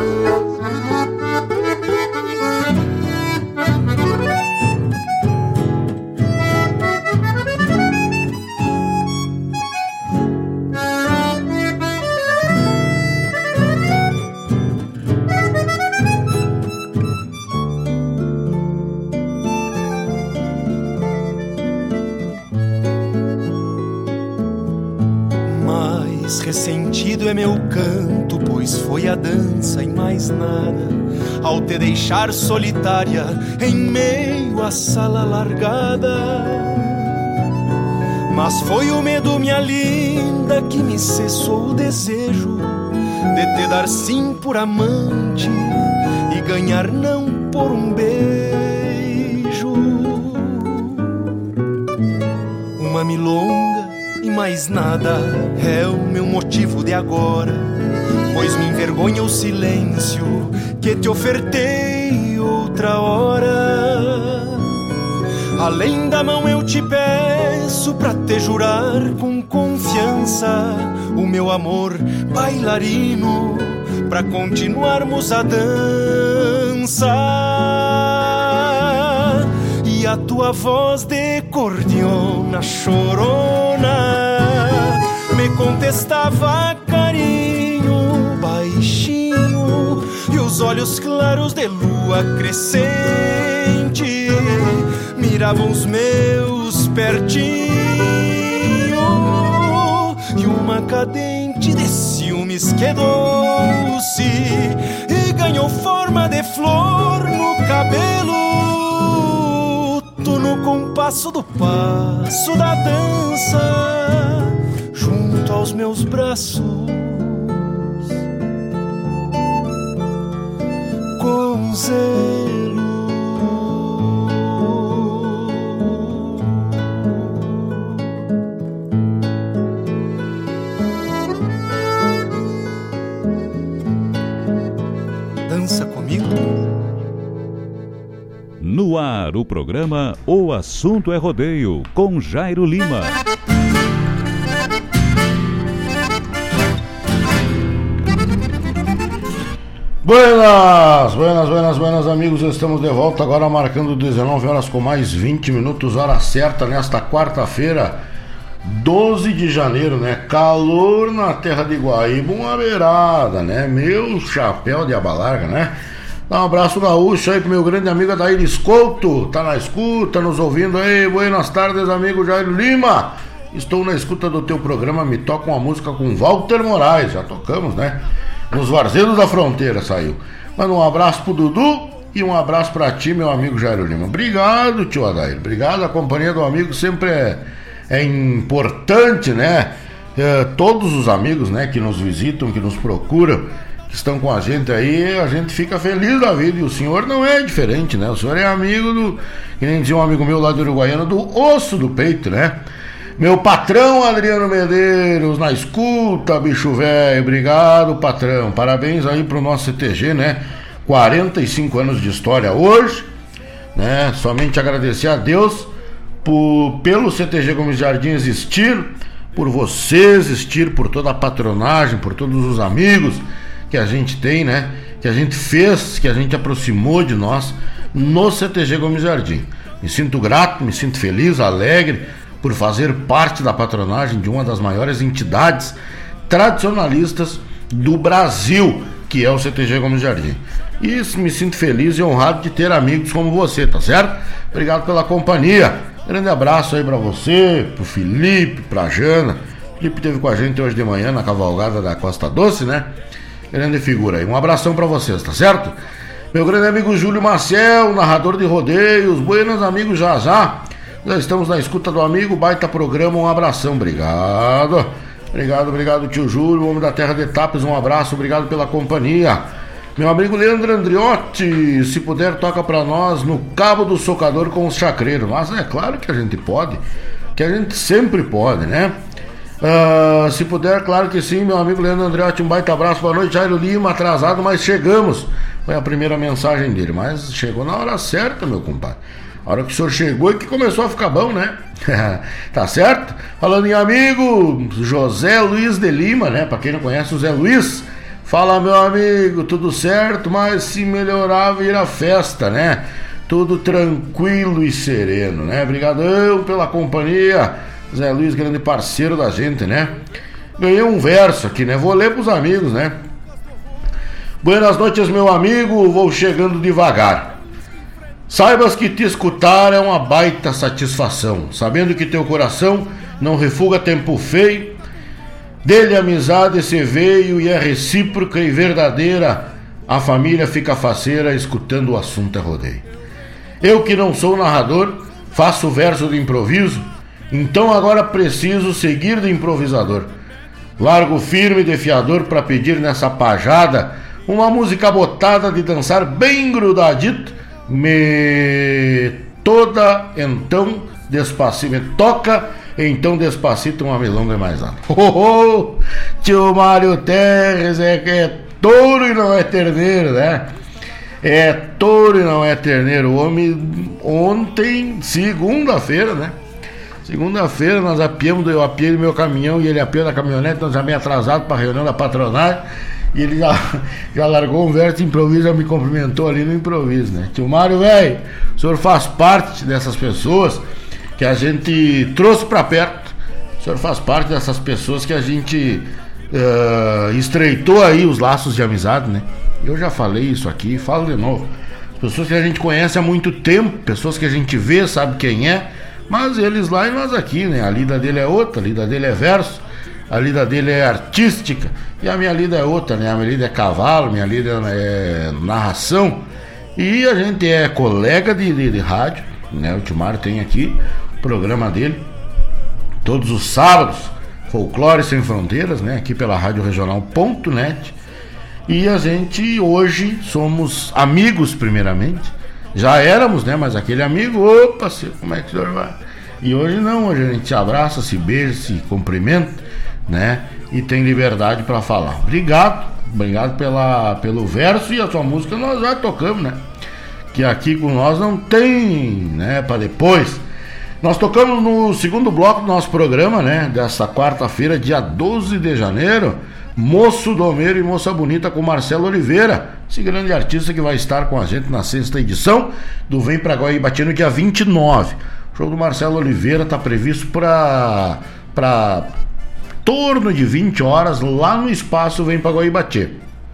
Ressentido é meu canto, pois foi a dança e mais nada, ao te deixar solitária em meio à sala largada. Mas foi o medo, minha linda, que me cessou o desejo de te dar sim por amante e ganhar não por um beijo. Uma milonga e mais nada é o meu motivo de agora, pois me envergonha o silêncio que te ofertei outra hora. Além da mão eu te peço pra te jurar com confiança o meu amor bailarino, pra continuarmos a dança. E a tua voz de cordiona chorona me contestava carinho baixinho, e os olhos claros de lua crescente miravam os meus pertinho. E uma cadente de ciúmes quedou-se e ganhou forma de flor no cabelo. No compasso do passo da dança, junto aos meus braços, com zelo. Dança comigo? No ar, o programa O Assunto é Rodeio, com Jairo Lima. Buenas, amigos. Estamos de volta agora, marcando 19 horas com mais 20 minutos, hora certa, nesta quarta-feira, 12 de janeiro, né? Calor na terra de Guaíba, uma beirada, né? Meu chapéu de aba larga, né? Dá um abraço gaúcho aí pro meu grande amigo Adair Escolto, tá na escuta, nos ouvindo aí. Buenas tardes, amigo Jairo Lima. Estou na escuta do teu programa, me toca uma música com Walter Moraes, já tocamos, né? Nos Varzeiros da Fronteira saiu. Manda um abraço pro Dudu e um abraço pra ti, meu amigo Jairo Lima. Obrigado, tio Adair, obrigado. A companhia do amigo sempre é importante, né? Todos os amigos, né, que nos visitam, que nos procuram, que estão com a gente aí, a gente fica feliz da vida. E o senhor não é diferente, né? O senhor é amigo do, que nem dizia um amigo meu lá do Uruguaiana, do osso do peito, né? Meu patrão Adriano Medeiros, na escuta, bicho velho. Obrigado, patrão. Parabéns aí pro nosso CTG, né? 45 anos de história hoje, né? Somente agradecer a Deus pelo CTG Gomes Jardim existir, por você existir, por toda a patronagem, por todos os amigos que a gente tem, né? Que a gente fez, que a gente aproximou de nós no CTG Gomes Jardim. Me sinto grato, me sinto feliz, alegre por fazer parte da patronagem de uma das maiores entidades tradicionalistas do Brasil, que é o CTG Gomes Jardim. E me sinto feliz e honrado de ter amigos como você, tá certo? Obrigado pela companhia. Grande abraço aí pra você, pro Felipe, pra Jana, Felipe esteve com a gente hoje de manhã na cavalgada da Costa Doce, né? Grande figura aí. Um abração pra vocês, tá certo? Meu grande amigo Júlio Maciel, narrador de rodeios. Buenas, amigos, já estamos na escuta do amigo. Baita programa, um abração. Obrigado, tio Júlio, homem da terra de Tapes. Um abraço, obrigado pela companhia. Meu amigo Leandro Andriotti, se puder, toca pra nós No Cabo do Socador com os Chacreiros. Mas é claro que a gente pode, que a gente sempre pode, né? Se puder, claro que sim, meu amigo Leandro Andriotti, um baita abraço, boa noite. Jairo Lima, atrasado, mas chegamos. Foi a primeira mensagem dele, mas chegou na hora certa, meu compadre. A hora que o senhor chegou e que começou a ficar bom, né? Tá certo? Falando em amigo, José Luiz de Lima, né? Pra quem não conhece o Zé Luiz, fala, meu amigo, tudo certo, mas se melhorar vira festa, né? Tudo tranquilo e sereno, né? Obrigadão pela companhia, Zé Luiz, grande parceiro da gente, né? Ganhei um verso aqui, né? Vou ler pros amigos, né? Buenas noites, meu amigo, vou chegando devagar. Saibas que te escutar é uma baita satisfação, sabendo que teu coração não refuga tempo feio. Dele a amizade se veio e é recíproca e verdadeira. A família fica faceira escutando o assunto é rodeio. Eu que não sou narrador, faço verso de improviso, então agora preciso seguir de improvisador. Largo firme de fiador pra pedir nessa pajada uma música botada de dançar bem grudadito. Me toca então despacito uma milonga mais alta. Tio Mário Terres é que é touro e não é terneiro, né? É touro e não é terneiro. O homem ontem, segunda-feira, né? Segunda-feira nós eu apiei meu caminhão e ele apiou da caminhonete, nós já meio atrasado para a reunião da patronagem. E ele já largou um verso de improviso, já me cumprimentou ali no improviso, né? Tio Mário, velho, o senhor faz parte dessas pessoas que a gente trouxe pra perto. O senhor faz parte dessas pessoas que a gente estreitou aí os laços de amizade, né? Eu já falei isso aqui, falo de novo. Pessoas que a gente conhece há muito tempo, pessoas que a gente vê, sabe quem é, mas eles lá e nós aqui, né? A lida dele é outra, a lida dele é verso, a lida dele é artística e a minha lida é outra, né? A minha lida é cavalo, minha lida é narração. E a gente é colega de rádio, né? O Timar tem aqui o programa dele todos os sábados, Folclore Sem Fronteiras, né? Aqui pela Rádio Regional.net. E a gente hoje somos amigos primeiramente. Já éramos, né? Mas aquele amigo, opa, como é que o senhor vai? E hoje não, hoje a gente se abraça, se beija, se cumprimenta, né? E tem liberdade para falar. Obrigado pelo verso, e a sua música nós já tocamos, né? Que aqui com nós não tem, né? Para depois. Nós tocamos no segundo bloco do nosso programa, né? Dessa quarta-feira, dia 12 de janeiro, Moço Domeiro e Moça Bonita com Marcelo Oliveira, esse grande artista que vai estar com a gente na 6ª edição do Vem Pra Guaibatê no dia 29. O show do Marcelo Oliveira está previsto para torno de 20 horas lá no Espaço Vem Pra Guaibatê.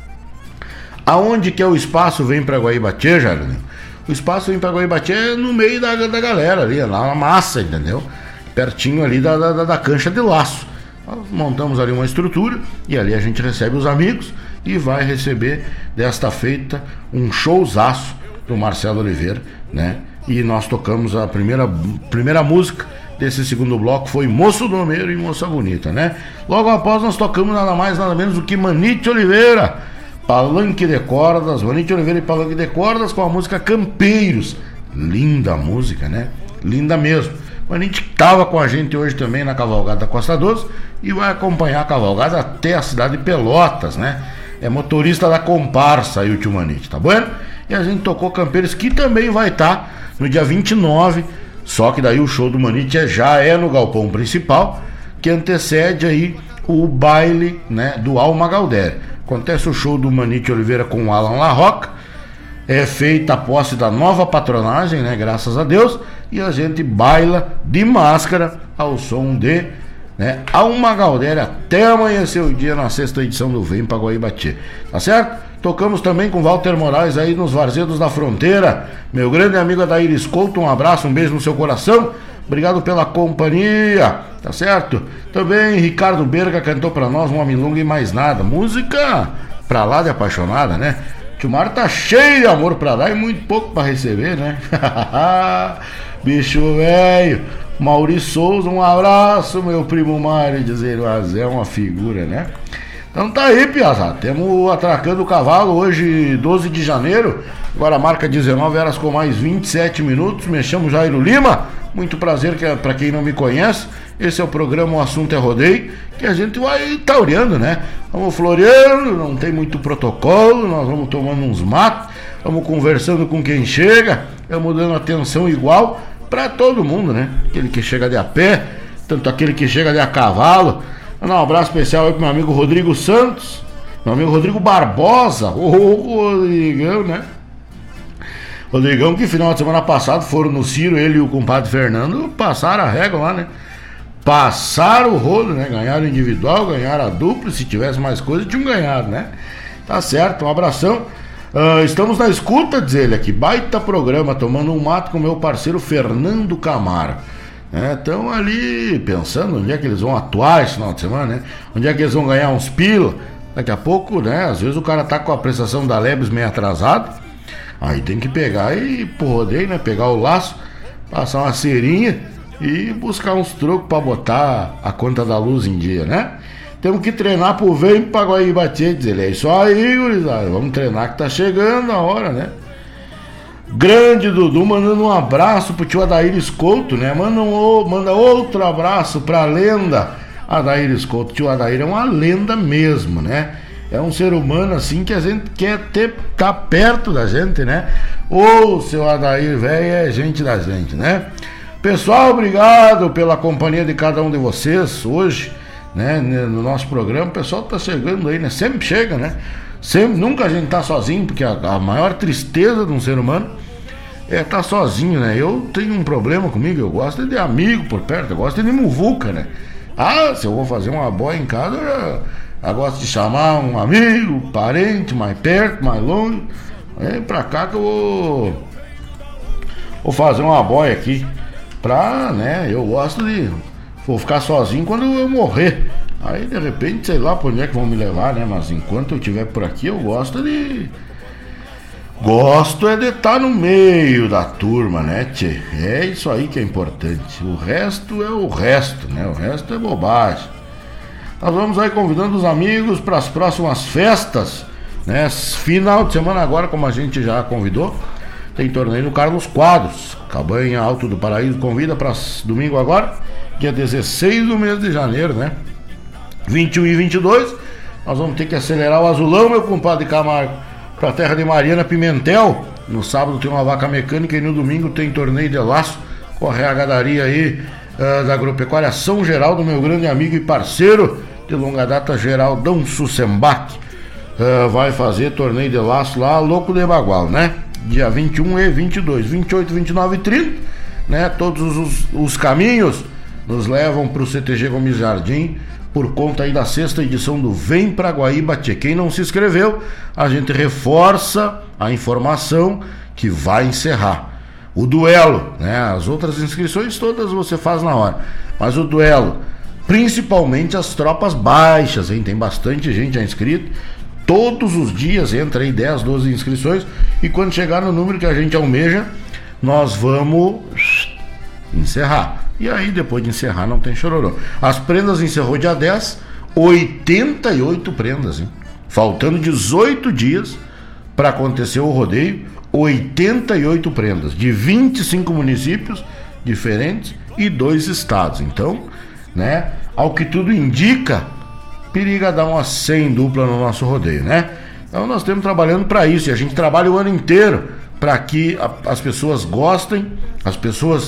Aonde que é o Espaço Vem Pra Guaibatê, Jardim? O Espaço Vem Pra Guaibatê é no meio da galera ali, lá na massa, entendeu? Pertinho ali da cancha de laço. Nós montamos ali uma estrutura e ali a gente recebe os amigos e vai receber desta feita um showzaço do Marcelo Oliveira, né? E nós tocamos a primeira música desse segundo bloco, foi Moço Domeiro e Moça Bonita, né? Logo após nós tocamos nada mais nada menos do que Manite Oliveira, Palanque de Cordas, Manite Oliveira e Palanque de Cordas com a música Campeiros. Linda música, né? Linda mesmo. Manite estava com a gente hoje também na cavalgada da Costa Doce e vai acompanhar a cavalgada até a cidade de Pelotas, né? É motorista da comparsa aí o tio Manite, tá bom? E a gente tocou Campeiros, que também vai estar no dia 29, só que daí o show do Manite já é no galpão principal, que antecede aí o baile, né, do Alma Galdéria. Acontece o show do Manite Oliveira com o Alan La Roca, é feita a posse da nova patronagem, né, graças a Deus, e a gente baila de máscara ao som de, né, Alma Galdéria até amanhecer o dia na 6ª edição do Vem Pra Guaibatê, tá certo? Tocamos também com Walter Moraes aí nos Varzedos da Fronteira, meu grande amigo Adair Escolto, um abraço, um beijo no seu coração. Obrigado pela companhia, tá certo? Também Ricardo Berga cantou pra nós uma milonga e mais nada. Música pra lá de apaixonada, né? Que o mar tá cheio de amor pra dar e muito pouco pra receber, né? Bicho velho. Maurício Souza, um abraço, meu primo Mário, dizer, mas é uma figura, né? Então tá aí, piazada, temos atracando o cavalo hoje, 12 de janeiro, agora marca 19 horas com mais 27 minutos, me chamo Jairo Lima, muito prazer pra quem não me conhece, esse é o programa O Assunto é Rodeio, que a gente vai taureando, né? Vamos floreando, não tem muito protocolo, nós vamos tomando uns matos, vamos conversando com quem chega, vamos dando atenção igual pra todo mundo, né? Aquele que chega de a pé, tanto aquele que chega de a cavalo. Um abraço especial aí pro meu amigo Rodrigo Santos, meu amigo Rodrigo Barbosa, o Rodrigão, né? Rodrigão que final de semana passado foram no Ciro, ele e o compadre Fernando passaram a régua lá, né? Passaram o rolo, né? Ganharam individual, ganharam a dupla, se tivesse mais coisa tinham ganhado, né? Tá certo, um abração. Estamos na escuta, diz ele aqui, baita programa, tomando um mato com meu parceiro Fernando Camargo. Estão ali pensando onde é que eles vão atuar esse final de semana, né? Onde é que eles vão ganhar uns pila. Daqui a pouco, né? Às vezes o cara tá com a prestação da Lebes meio atrasado, aí tem que pegar e ir pro rodeio, né? Pegar o laço, passar uma cerinha e buscar uns trocos pra botar a conta da luz em dia, né? Temos que treinar pro Vem pra Guaibatê, diz ele. É isso aí, gurizada. Vamos treinar que tá chegando a hora, né? Grande Dudu mandando um abraço pro tio Adaíris Couto, né? Manda outro abraço pra lenda Adaíris Couto. Tio Adair é uma lenda mesmo, né? É um ser humano assim que a gente quer tá perto da gente, né? Ô, seu Adair, velho, é gente da gente, né? Pessoal, obrigado pela companhia de cada um de vocês hoje, né? No nosso programa. O pessoal tá chegando aí, né? Sempre chega, né? Sempre, nunca a gente tá sozinho, porque a maior tristeza de um ser humano é estar sozinho, né? Eu tenho um problema comigo, eu gosto de amigo por perto, eu gosto de muvuca, né? Se eu vou fazer uma boia em casa, eu gosto de chamar um amigo, parente, mais perto, mais longe. É pra cá que eu vou fazer uma boia aqui, né? Eu gosto de... Vou ficar sozinho quando eu morrer. Aí de repente, sei lá por onde é que vão me levar, né? Mas enquanto eu estiver por aqui, eu gosto de estar no meio da turma, né, tchê? É isso aí que é importante. O resto é o resto, né? O resto é bobagem. Nós vamos aí convidando os amigos para as próximas festas, né? Final de semana agora, como a gente já convidou, tem torneio no Carlos Quadros. Cabanha Alto do Paraíso convida para domingo agora, dia 16 do mês de janeiro, né? 21 e 22, nós vamos ter que acelerar o azulão, meu compadre Camargo, pra terra de Mariana Pimentel. No sábado tem uma vaca mecânica e no domingo tem torneio de laço com a regadaria aí da agropecuária São Geraldo, meu grande amigo e parceiro de longa data, Geraldão Sussembach. Vai fazer torneio de laço lá, louco de bagual, né? Dia 21 e 22, 28, 29 e 30, né? Todos os caminhos nos levam pro CTG Gomes Jardim, por conta aí da 6ª edição do Vem pra Guaibatê. Quem não se inscreveu, a gente reforça a informação que vai encerrar o duelo, né? As outras inscrições todas você faz na hora, mas o duelo, principalmente as tropas baixas, hein? Tem bastante gente já inscrita. Todos os dias entra aí 10, 12 inscrições, e quando chegar no número que a gente almeja, nós vamos encerrar. E aí depois de encerrar não tem chororô. As prendas encerrou dia 10, 88 prendas, hein? Faltando 18 dias para acontecer o rodeio, 88 prendas de 25 municípios diferentes e 2 estados. Então, né, ao que tudo indica, periga dar uma 100 dupla no nosso rodeio, né? Então nós estamos trabalhando para isso, e a gente trabalha o ano inteiro para que as pessoas gostem, as pessoas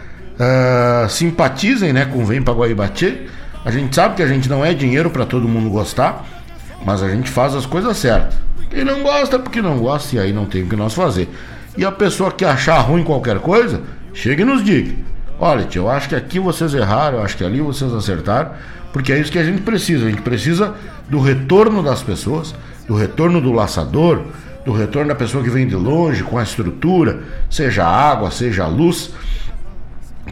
simpatizem, né, com Vem pra Guaibatê. A gente sabe que a gente não é dinheiro para todo mundo gostar, mas a gente faz as coisas certas. Quem não gosta, porque não gosta, e aí não tem o que nós fazer. E a pessoa que achar ruim qualquer coisa, chega e nos diga: olha, tio, eu acho que aqui vocês erraram, eu acho que ali vocês acertaram, porque é isso que a gente precisa. A gente precisa do retorno das pessoas, do retorno do laçador, do retorno da pessoa que vem de longe com a estrutura, seja água, seja luz,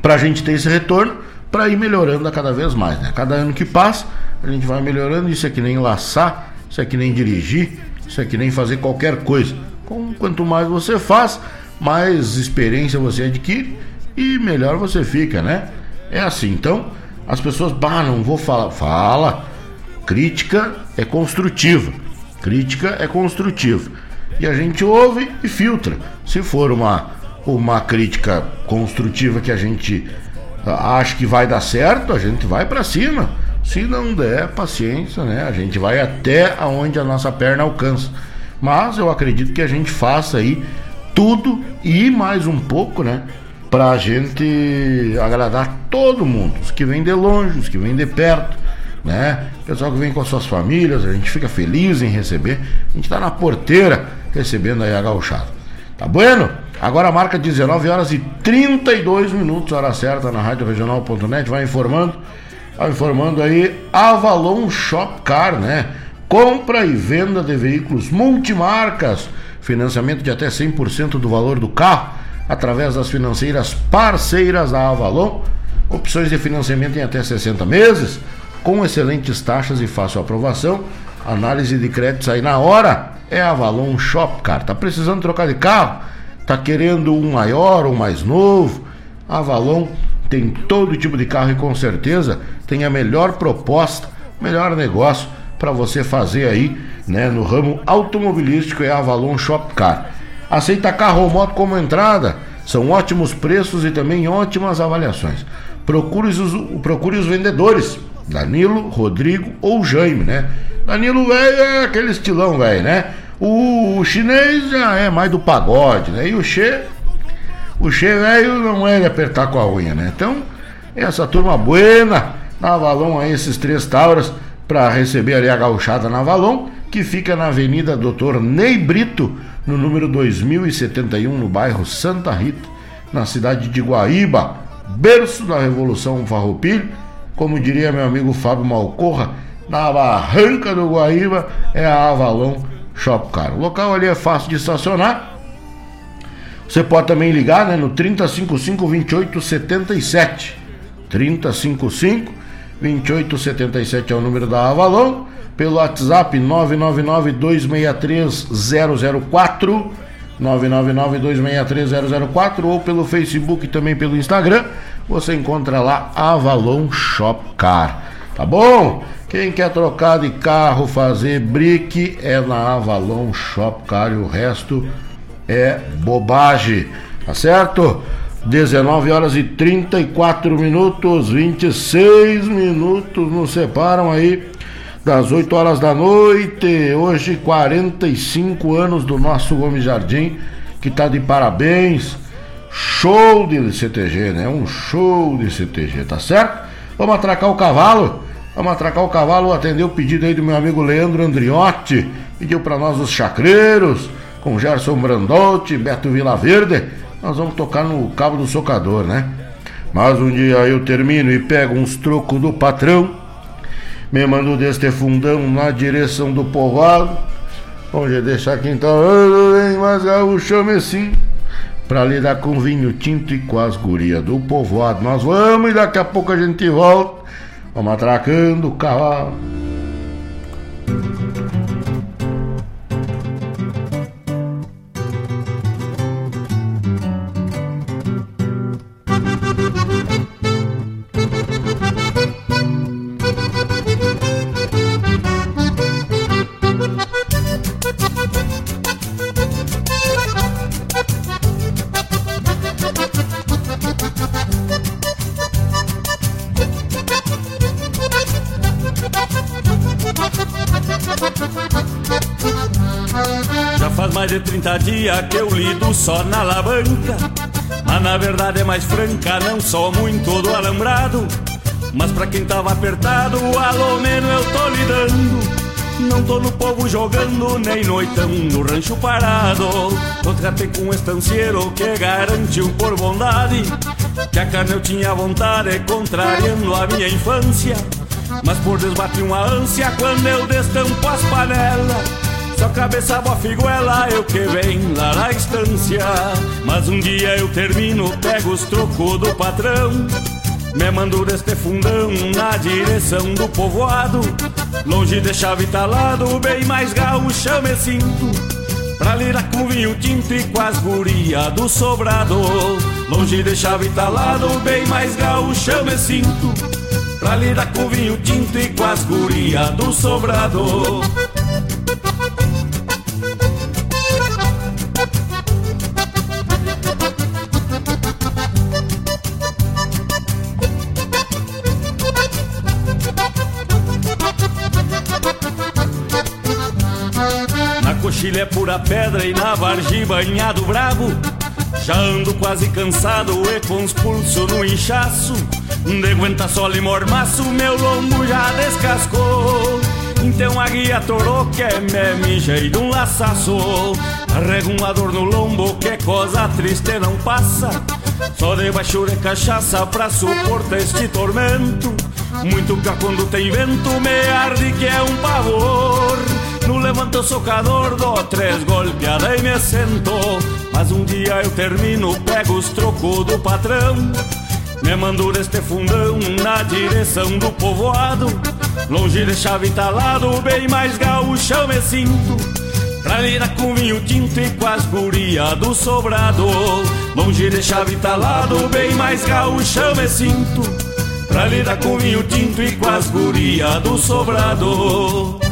pra gente ter esse retorno, pra ir melhorando a cada vez mais, né? Cada ano que passa, a gente vai melhorando. Isso é que nem laçar, isso é que nem dirigir, isso é que nem fazer qualquer coisa. Quanto mais você faz, mais experiência você adquire e melhor você fica, né? É assim. Então, as pessoas, não vou falar. Fala. Crítica é construtiva. Crítica é construtiva. E a gente ouve e filtra. Se for uma crítica construtiva que a gente acha que vai dar certo, a gente vai pra cima. Se não der, paciência, né? A gente vai até aonde a nossa perna alcança. Mas eu acredito que a gente faça aí tudo e mais um pouco, né? Pra gente agradar todo mundo. Os que vêm de longe, os que vêm de perto, né? O pessoal que vem com as suas famílias, a gente fica feliz em receber. A gente tá na porteira recebendo aí a gauchada. Tá bueno? Agora marca 19 horas e 32 minutos, hora certa na Rádio Regional.net. Vai informando aí Avalon Shop Car, né? Compra e venda de veículos multimarcas, financiamento de até 100% do valor do carro, através das financeiras parceiras da Avalon, opções de financiamento em até 60 meses, com excelentes taxas e fácil aprovação, análise de créditos aí na hora, é Avalon Shop Car. Tá precisando trocar de carro? Tá querendo um maior ou mais novo? A Avalon tem todo tipo de carro e com certeza tem a melhor proposta, melhor negócio para você fazer aí, né, no ramo automobilístico. É a Avalon Shop Car. Aceita carro ou moto como entrada, são ótimos preços e também ótimas avaliações. Procure os vendedores, Danilo, Rodrigo ou Jaime, né? Danilo, velho, é aquele estilão, velho, né? O chinês já é mais do pagode, né? E o Che, velho, não é de apertar com a unha, né? Então, essa turma buena na Avalon aí, esses 3 tauras, para receber ali a gauchada na Avalon, que fica na Avenida Dr. Ney Brito, no número 2071, no bairro Santa Rita, na cidade de Guaíba, berço da Revolução Farroupilha. Como diria meu amigo Fábio Malcorra, na barranca do Guaíba é a Avalon Shop Car. O local ali é fácil de estacionar. Você pode também ligar, né, no 3055-2877. 3055-2877 é o número da Avalon. Pelo WhatsApp 999-263-004, 999-263-004, ou pelo Facebook e também pelo Instagram. Você encontra lá Avalon Shop Car. Tá bom? Quem quer trocar de carro, fazer brique, é na Avalon Shop Car, e o resto é bobagem. Tá certo? 19 horas e 34 minutos, 26 minutos nos separam aí das 8 horas da noite. Hoje 45 anos do nosso Gomes Jardim, que tá de parabéns. Show de CTG, né? Um show de CTG, tá certo? Vamos atracar o cavalo. Atender o pedido aí do meu amigo Leandro Andriotti. Pediu pra nós os chacreiros, com Gerson Brandotti, Beto Vilaverde. Nós vamos tocar no Cabo do Socador, né? Mas um dia eu termino e pego uns trocos do patrão, me mando deste fundão na direção do povoado, onde deixa quintal bem mais gaúcho mecinho, pra lidar com vinho tinto e com as gurias do povoado. Nós vamos e daqui a pouco a gente volta. Vamos atracando o cavalo. De 30 dias que eu lido só na alavanca, mas na verdade é mais franca, não sou muito do alambrado, mas pra quem tava apertado, alô menos eu tô lidando. Não tô no povo jogando, nem noitão no rancho parado. Contratei com um estancieiro que garantiu por bondade que a carne eu tinha vontade, contrariando a minha infância, mas por desbate uma ânsia quando eu destampo as panelas. Só cabeça, boa figuela, eu que vem lá na estância. Mas um dia eu termino, pego os trocos do patrão, me mando deste fundão na direção do povoado. Longe de chave talado, bem mais gaúcha me sinto, pra lidar com vinho tinto e com as guria do sobrado. Longe de chave talado, bem mais gaúcha me sinto, pra lidar com vinho tinto e com as guria do sobrado. Coxilha é pura pedra e na vargem banhado bravo. Já ando quase cansado e com os pulsos no inchaço. De aguenta sol e mormaço, meu lombo já descascou. Então a guia torou que me mijei de um laçaço. Arrego uma dor no lombo que coisa triste não passa. Só debaixo de cachaça pra suportar este tormento. Muito pior quando tem vento, me arde que é um pavor. No levanto o socador, dou 3 golpeadas e me sento. Mas um dia eu termino, pego os trocos do patrão, me mando deste fundão na direção do povoado. Longe de chave talado, bem mais gaúcha eu me sinto, pra lidar com vinho tinto e com as guria do sobrado. Longe de chave talado, bem mais gaúcha eu me sinto, pra lidar com vinho tinto e com as guria do sobrado.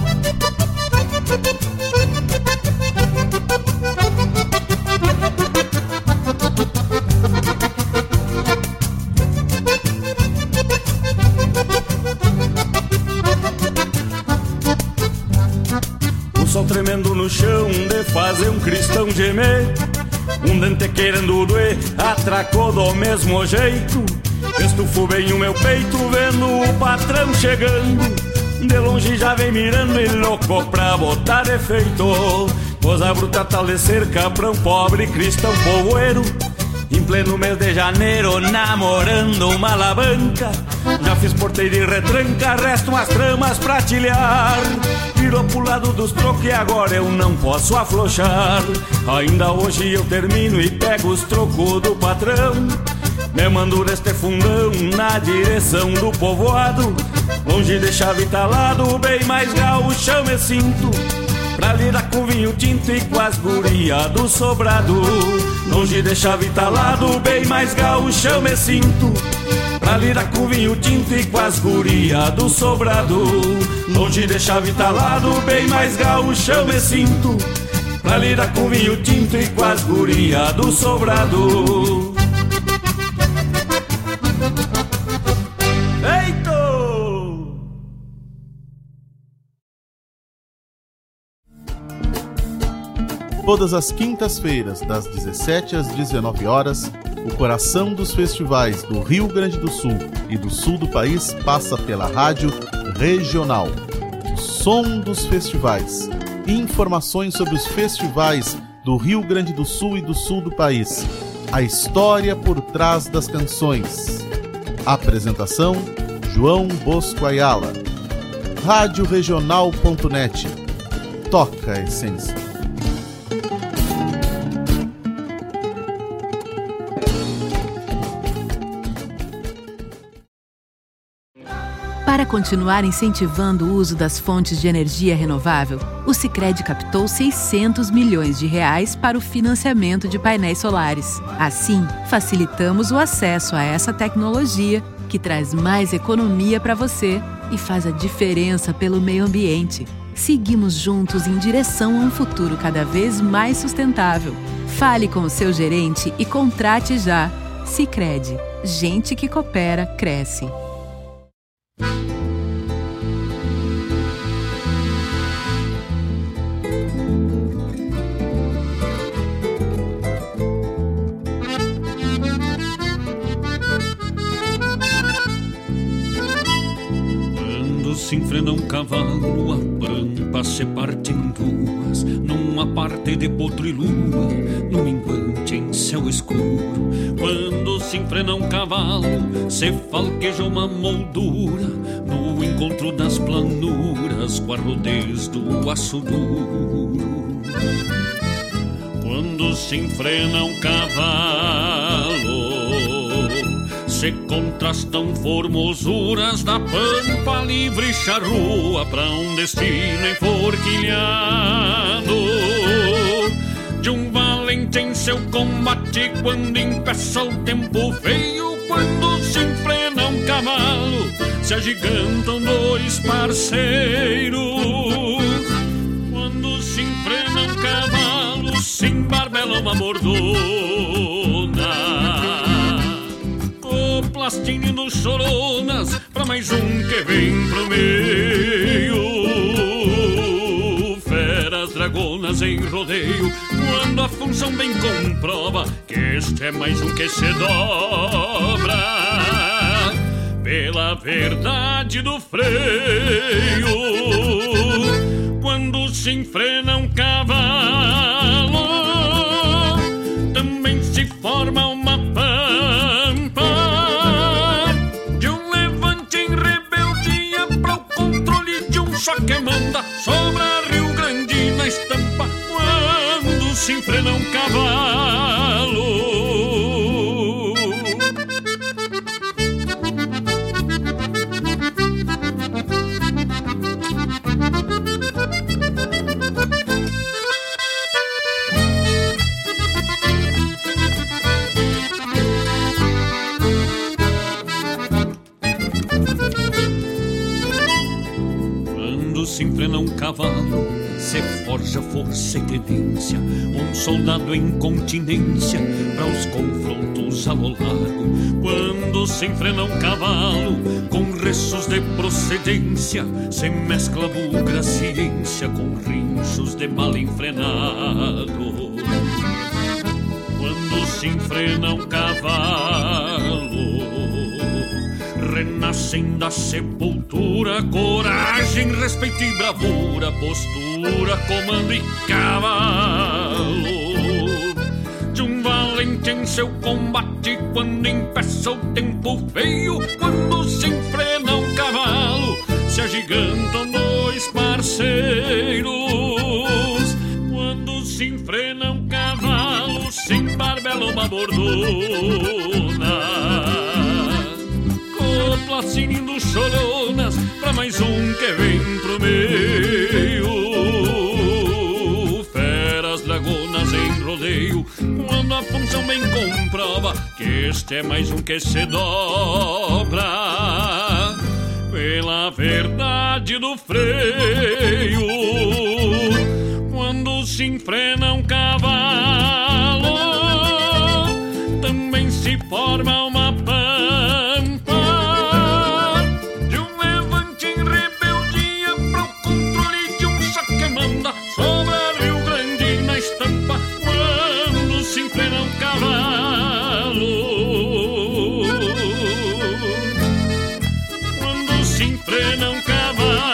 O sol tremendo no chão de fazer um cristão gemer, um dente querendo doer, atracou do mesmo jeito. Estufo bem o meu peito vendo o patrão chegando. De longe já vem mirando e louco pra botar defeito. Coisa bruta tal de cerca pra um pobre cristão povoeiro. Em pleno mês de janeiro, namorando uma alavanca. Já fiz porteiro e retranca, restam as tramas pra tilhar. Virou pro lado dos trocos e agora eu não posso afrouxar. Ainda hoje eu termino e pego os trocos do patrão, me mando deste fundão na direção do povoado. Longe de chave talado, bem mais gaúcha eu me sinto, pra lidar com vinho tinto e com as guria do sobrado. Longe de chave talado, bem mais gaúcha eu me sinto, pra lidar com vinho tinto e com as guria do sobrado. Longe de chave talado, bem mais gaúcha eu me sinto, pra lidar com vinho tinto e com as guria do sobrado. Todas as quintas-feiras, das 17 às 19 horas, o coração dos festivais do Rio Grande do Sul e do sul do país passa pela Rádio Regional. O som dos festivais. Informações sobre os festivais do Rio Grande do Sul e do sul do país. A história por trás das canções. Apresentação: João Bosco Ayala. radioregional.net. Toca a essência. Para continuar incentivando o uso das fontes de energia renovável, o Sicredi captou 600 milhões de reais para o financiamento de painéis solares. Assim, facilitamos o acesso a essa tecnologia que traz mais economia para você e faz a diferença pelo meio ambiente. Seguimos juntos em direção a um futuro cada vez mais sustentável. Fale com o seu gerente e contrate já. Sicredi. Gente que coopera, cresce. Se enfrena um cavalo, a pampa se parte em duas, numa parte de potro e lua, num minguante em céu escuro. Quando se enfrena um cavalo, se falqueja uma moldura no encontro das planuras com a rudez do aço duro. Quando se enfrena um cavalo, se contrastam formosuras da pampa livre e charrua pra um destino enforquilhado de um valente em seu combate quando empeça o tempo feio. Quando se enfrena um cavalo, se agigantam dois parceiros. Quando se enfrena um cavalo, se embarbela uma bordona. O plastine dos choronas pra mais um que vem pro meio. Feras dragonas em rodeio, quando a função bem comprova que este é mais um que se dobra pela verdade do freio. Quando se enfrena um cavalo, também se forma uma pampa de um levante em rebeldia para o controle de um só que manda sobre a Rio Grande na estampa. Quando se enfrena um cavalo, se enfrena um cavalo, se forja força e tenência, um soldado em continência para os confrontos a lo largo. Quando se enfrena um cavalo com restos de procedência, se mescla bugra ciência com rinchos de mal enfrenado. Quando se enfrena um cavalo, renascem da sepultura coragem, respeito e bravura, postura, comando e cavalo de um valente em seu combate quando empeça o tempo feio. Quando se enfrena um cavalo, se agigantam dois parceiros. Quando se enfrena um cavalo, se embarbela uma bordona. Plastine dos choronas pra mais um que vem pro meio. Feras dragonas em rodeio, quando a função bem comprova que este é mais um que se dobra pela verdade do freio. Quando se enfrena um cavalo, também se forma uma pampa de um levante em rebeldia para o controle de um só que manda sobre a Rio Grande na estampa. Quando se enfrena um cavalo, quando se enfrena um cavalo.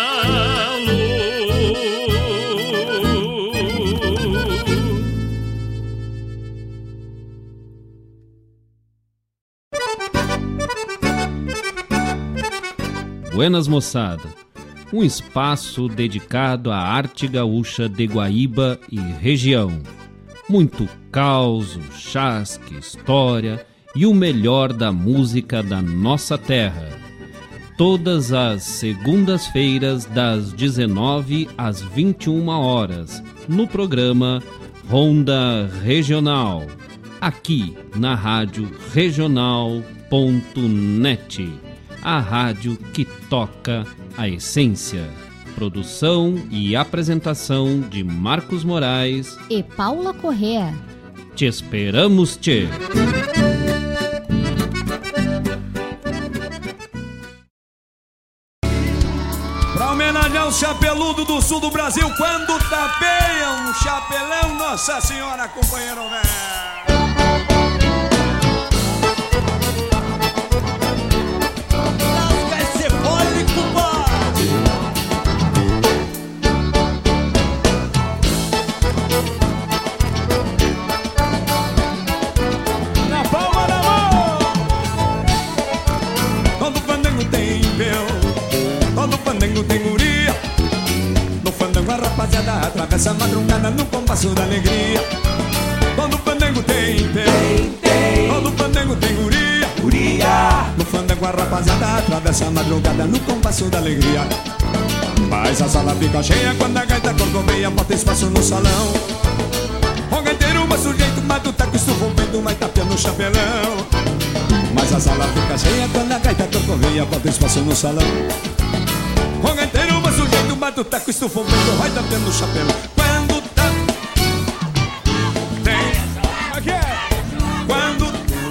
Buenas moçada, um espaço dedicado à arte gaúcha de Guaíba e região. Muito causo, chasque, história e o melhor da música da nossa terra. Todas as segundas-feiras das 19 às 21 horas, no programa Ronda Regional, aqui na Rádio Regional.net. A rádio que toca a essência. Produção e apresentação de Marcos Moraes e Paula Correa. Te esperamos, tchê! Pra homenagear o chapeludo do sul do Brasil, quando tapeia um chapelão, Nossa Senhora, companheiro velho! Na palma da mão! atravessa a madrugada no compasso da alegria. Todo fandango tem. Todo fandango tem guria. No fandango a rapaziada atravessa a madrugada no compasso da alegria. Mas a sala fica cheia quando a gaita corcoveia, bota espaço no salão. O gaiteiro, mas sujeito, matuta que estufa o vento, vai tapeando o chapelão. Mas a sala fica cheia quando a gaita corcoveia, bota espaço no salão. O gaiteiro, mas sujeito, matuta que estufa o vento, vai tapeando o chapelão. Quando tá... Tem... Aqui é... Quando...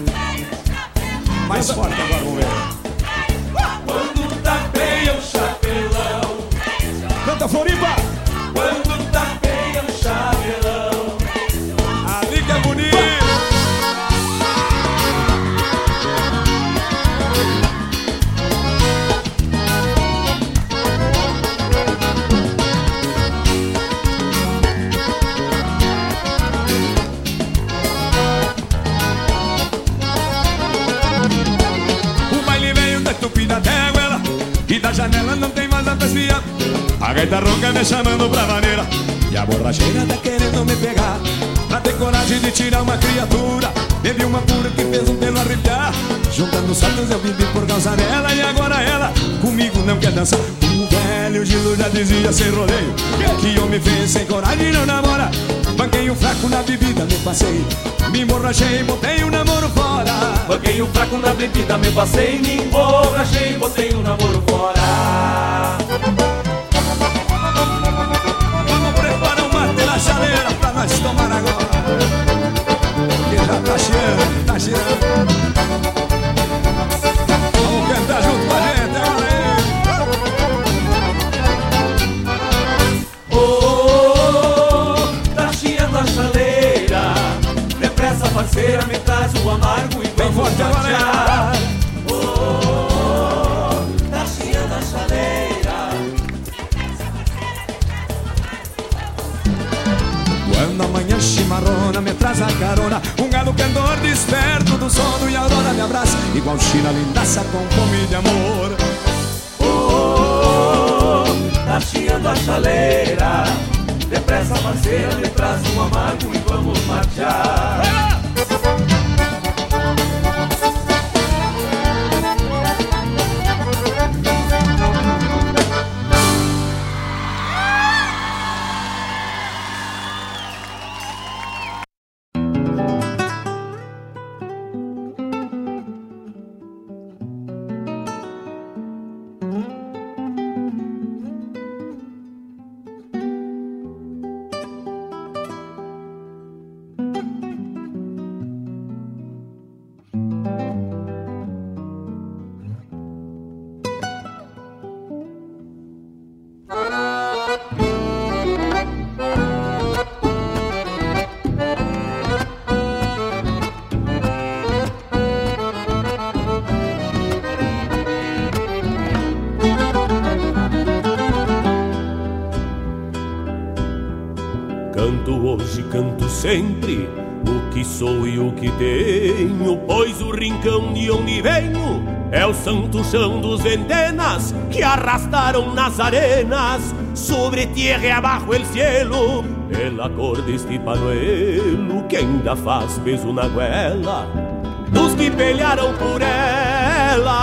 Mais forte agora, vamos ver. Quando tapeia o chapelão. Canta, Floripa! Quando tapeia o chapelão. Ali que é bonito! O baile veio da estupida até a goela, e da janela não tem mais a desviar. A gaita ronca me chamando pra maneira, e a borracheira tá querendo me pegar. Pra ter coragem de tirar uma criatura, bebi uma pura que fez um pelo arrepiar. Juntando saltos eu bebi por causa dela, e agora ela comigo não quer dançar. O velho Gilo já dizia sem rodeio, que homem fez sem coragem não namora. Banquei um fraco na bebida, me passei, me emborrachei, botei o namoro fora. Banquei um fraco na bebida, me passei, me emborrachei, botei o namoro fora. Vamos preparar um mate na chaleira pra nós tomar agora, que já tá cheirando, tá cheirando. Vamos cantar junto com a gente agora aí. Tá chiando a chaleira, depressa parceira, me traz o amargo e bem forte agora. Tá chiando a chaleira. Quando a manhã chimarrona me traz a carona, um galo cantor desperto do sono, e a aurora me abraça igual China lindaça com fome de amor. Tá chiando a chaleira, depressa parceira, me traz um amargo e vamos marchar. Canto sempre o que sou e o que tenho, pois o rincão de onde venho é o santo chão dos vendenas que arrastaram nas arenas sobre tierra e abaixo el cielo, pela cor deste panuelo que ainda faz peso na goela dos que pelearam por ela,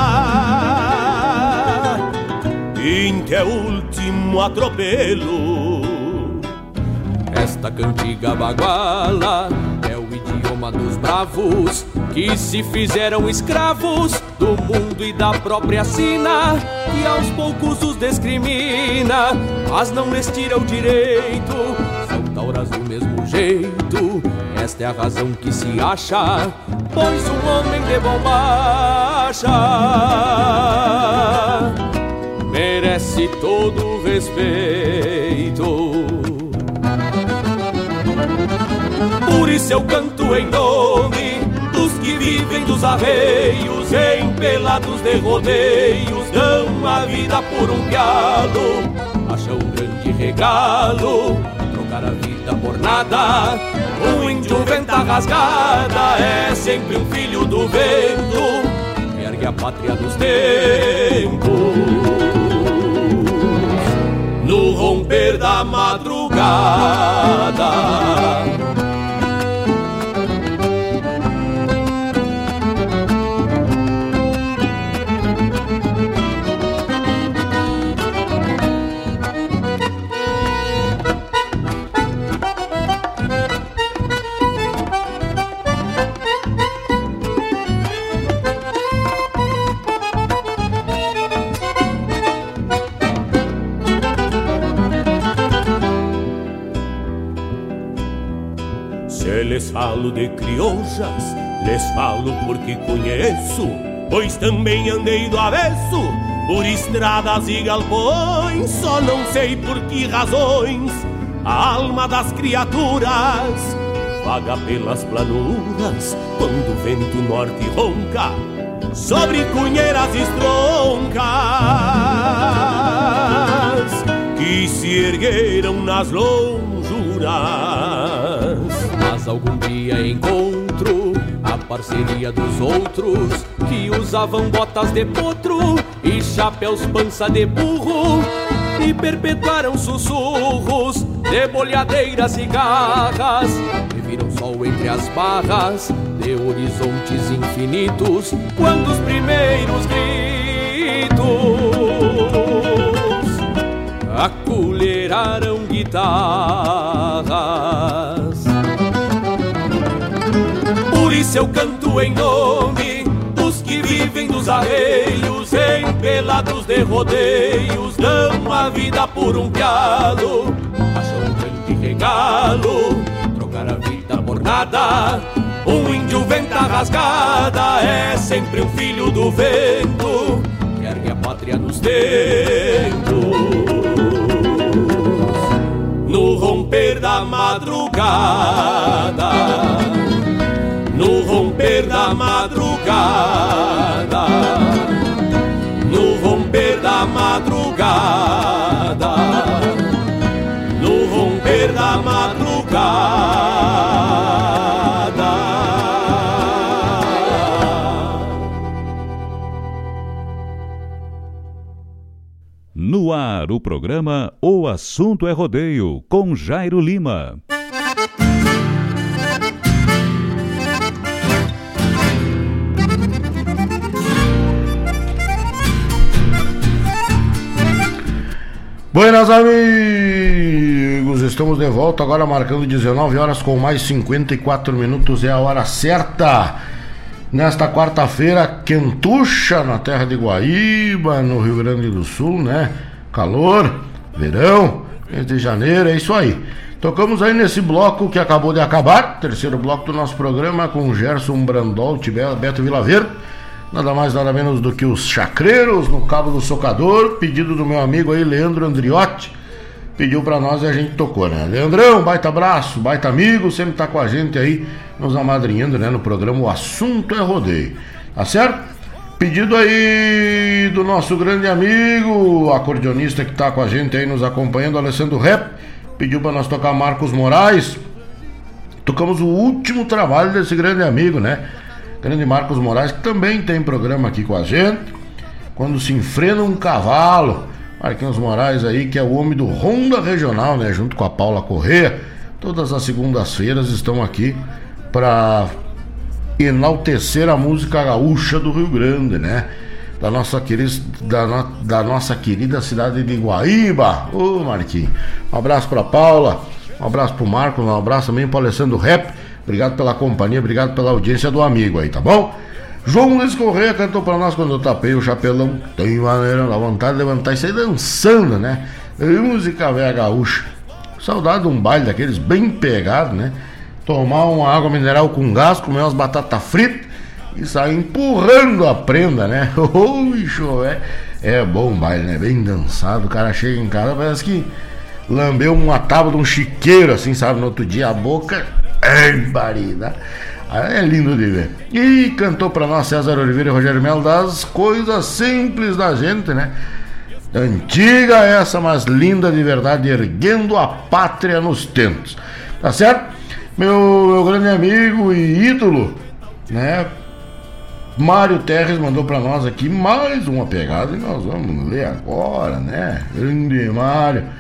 até o último atropelo. Esta cantiga baguala é o idioma dos bravos que se fizeram escravos do mundo e da própria sina, que aos poucos os discrimina, mas não lhes tira o direito. São tauras do mesmo jeito, esta é a razão que se acha, pois um homem de bombacha merece todo o respeito. Por isso eu canto em nome dos que vivem dos arreios, empelados de rodeios, dão a vida por um pialo, acham um grande regalo, trocar a vida por nada. Um índio venta rasgada é sempre um filho do vento, que ergue a pátria dos tempos. No romper da madrugada madrugada. Les falo de crioujas, les falo porque conheço, pois também andei do avesso por estradas e galpões. Só não sei por que razões a alma das criaturas vaga pelas planuras quando o vento norte ronca sobre cunheiras estroncas que se ergueram nas lonjuras. Mas algum dia encontro a parceria dos outros que usavam botas de potro e chapéus pança de burro e perpetuaram sussurros de bolhadeiras e garras e viram sol entre as barras de horizontes infinitos quando os primeiros gritos acolheraram guitarras. Por isso eu canto em nome dos que vivem dos arreios, empelados de rodeios, dão a vida por um pialo, acham um grande regalo, trocar a vida por nada. Um índio venta rasgada é sempre um filho do vento, que ergue a pátria nos tempos. No romper da madrugada, no romper da madrugada, no romper da madrugada, no romper da madrugada. No ar, o programa O Assunto é Rodeio, com Jairo Lima. Buenas amigos, estamos de volta agora marcando 19 horas com mais 54 minutos, é a hora certa. Nesta quarta-feira, quentucha na terra de Guaíba, no Rio Grande do Sul, né? Calor, verão, mês de janeiro, é isso aí. Tocamos aí nesse bloco que acabou de acabar, terceiro bloco do nosso programa, com Gerson Brandol, Beto Vila Verde. Nada mais, nada menos do que os Chacreiros, no Cabo do Socador, pedido do meu amigo aí, Leandro Andriotti. Pediu pra nós e a gente tocou, né? Leandrão, baita abraço, baita amigo, sempre tá com a gente aí, nos amadrinhando, né? No programa O Assunto é Rodeio, tá certo? Pedido aí do nosso grande amigo, acordeonista que tá com a gente aí, nos acompanhando, Alessandro Rep, pediu pra nós tocar Marcos Moraes. Tocamos o último trabalho desse grande amigo, né? Grande Marcos Moraes, que também tem programa aqui com a gente, Quando se enfrena um cavalo. Marquinhos Moraes aí, que é o homem do Ronda Regional, né? Junto com a Paula Corrêa. Todas as segundas-feiras estão aqui para enaltecer a música gaúcha do Rio Grande, né? Da nossa querida cidade de Guaíba. Ô Marquinhos, um abraço para Paula, um abraço pro Marcos, um abraço também pro Alessandro Rep. Obrigado pela companhia, obrigado pela audiência do amigo aí, tá bom? João Luiz Corrêa cantou pra nós quando eu tapei o chapelão. Tem maneira, dá vontade de levantar e sair dançando, né? Música velha gaúcha. Saudade de um baile daqueles bem pegados, né? Tomar uma água mineral com gás, comer umas batatas fritas e sair empurrando a prenda, né? É bom baile, né? Bem dançado. O cara chega em casa, parece que lambeu uma tábua de um chiqueiro, assim, sabe? No outro dia a boca é barida. É lindo de ver. E cantou pra nós César Oliveira e Rogério Melo das coisas simples da gente, né? Antiga essa, mas linda de verdade, erguendo a pátria nos tentos. Tá certo? Meu grande amigo e ídolo, né? Mário Terres mandou pra nós aqui mais uma pegada e nós vamos ler agora, né? Grande Mário.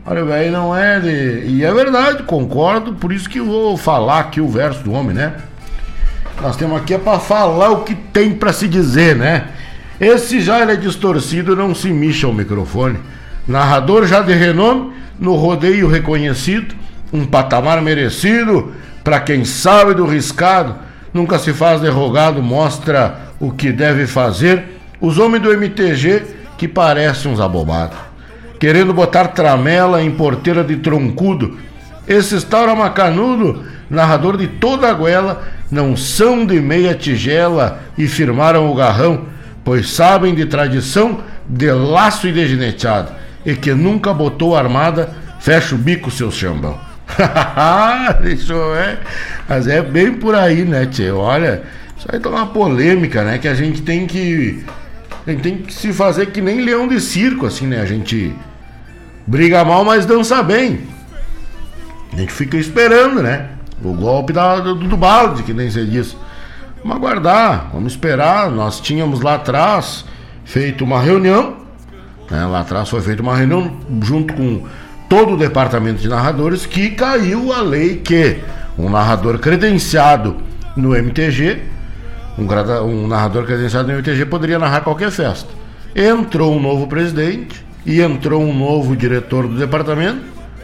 Olha, velho, não é de... E é verdade, concordo, por isso que eu vou falar aqui o verso do homem, né? Nós temos aqui é pra falar o que tem pra se dizer, né? Esse já ele é distorcido, não se mixa o microfone. Narrador já de renome, no rodeio reconhecido, um patamar merecido, pra quem sabe do riscado, nunca se faz derrogado, mostra o que deve fazer. Os homens do MTG que parecem uns abobados, querendo botar tramela em porteira de troncudo. Esses taura macanudo, narrador de toda a goela, não são de meia tigela e firmaram o garrão, pois sabem de tradição, de laço e de gineteado, e que nunca botou armada, fecha o bico, seu chambão. Isso é, mas é bem por aí, né, tchê? Olha, isso aí tá uma polêmica, né, que a gente tem que se fazer que nem leão de circo, assim, né? A gente briga mal, mas dança bem. A gente fica esperando, né? O golpe do balde, que nem se diz. Vamos aguardar, vamos esperar. Nós tínhamos lá atrás feito uma reunião, né? Lá atrás foi feita uma reunião junto com todo o departamento de narradores, que caiu a lei que um narrador credenciado no MTG, um narrador credenciado no MTG poderia narrar qualquer festa. Entrou um novo presidente e entrou um novo diretor do departamento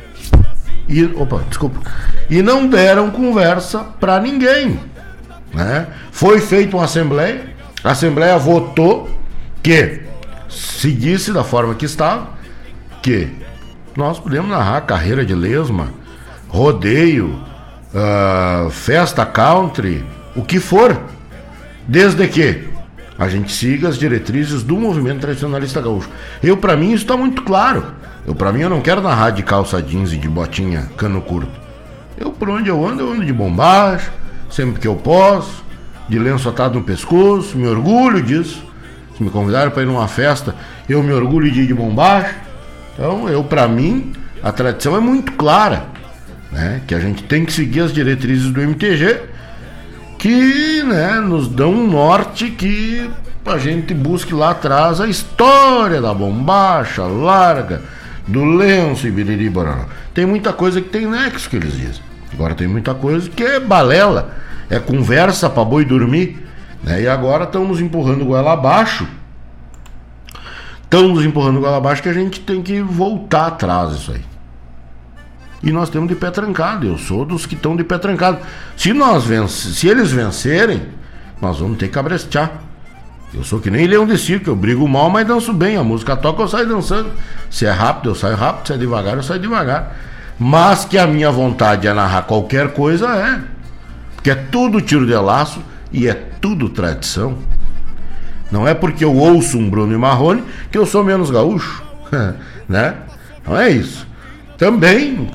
e não deram conversa para ninguém, né? Foi feita uma assembleia, a assembleia votou que seguisse da forma que estava, que nós podemos narrar carreira de lesma, rodeio, festa country, o que for, desde que a gente siga as diretrizes do movimento tradicionalista gaúcho. Para mim isso está muito claro. Eu não quero narrar de calça jeans e de botinha cano curto. Por onde eu ando de bombacha, sempre que eu posso, de lenço atado no pescoço, me orgulho disso. Se me convidaram para ir numa festa, eu me orgulho de ir de bombacha. Então, para mim, a tradição é muito clara, né? Que a gente tem que seguir as diretrizes do MTG, que, né, nos dão um norte, que a gente busque lá atrás a história da bombacha larga, do lenço e biriri bororó. Tem muita coisa que tem nexo, que eles dizem. Agora tem muita coisa que é balela, é conversa pra boi dormir, né? E agora estamos empurrando goela abaixo. Que a gente tem que voltar atrás isso aí. E nós temos de pé trancado. Eu sou dos que estão de pé trancado. Se eles vencerem, nós vamos ter que abrestear. Eu sou que nem leão de circo, eu brigo mal, mas danço bem. A música toca, eu saio dançando. Se é rápido, eu saio rápido. Se é devagar, eu saio devagar. Mas que a minha vontade é narrar qualquer coisa, porque é tudo tiro de laço e é tudo tradição. Não é porque eu ouço um Bruno e Marrone que eu sou menos gaúcho, né? Não é isso. Também,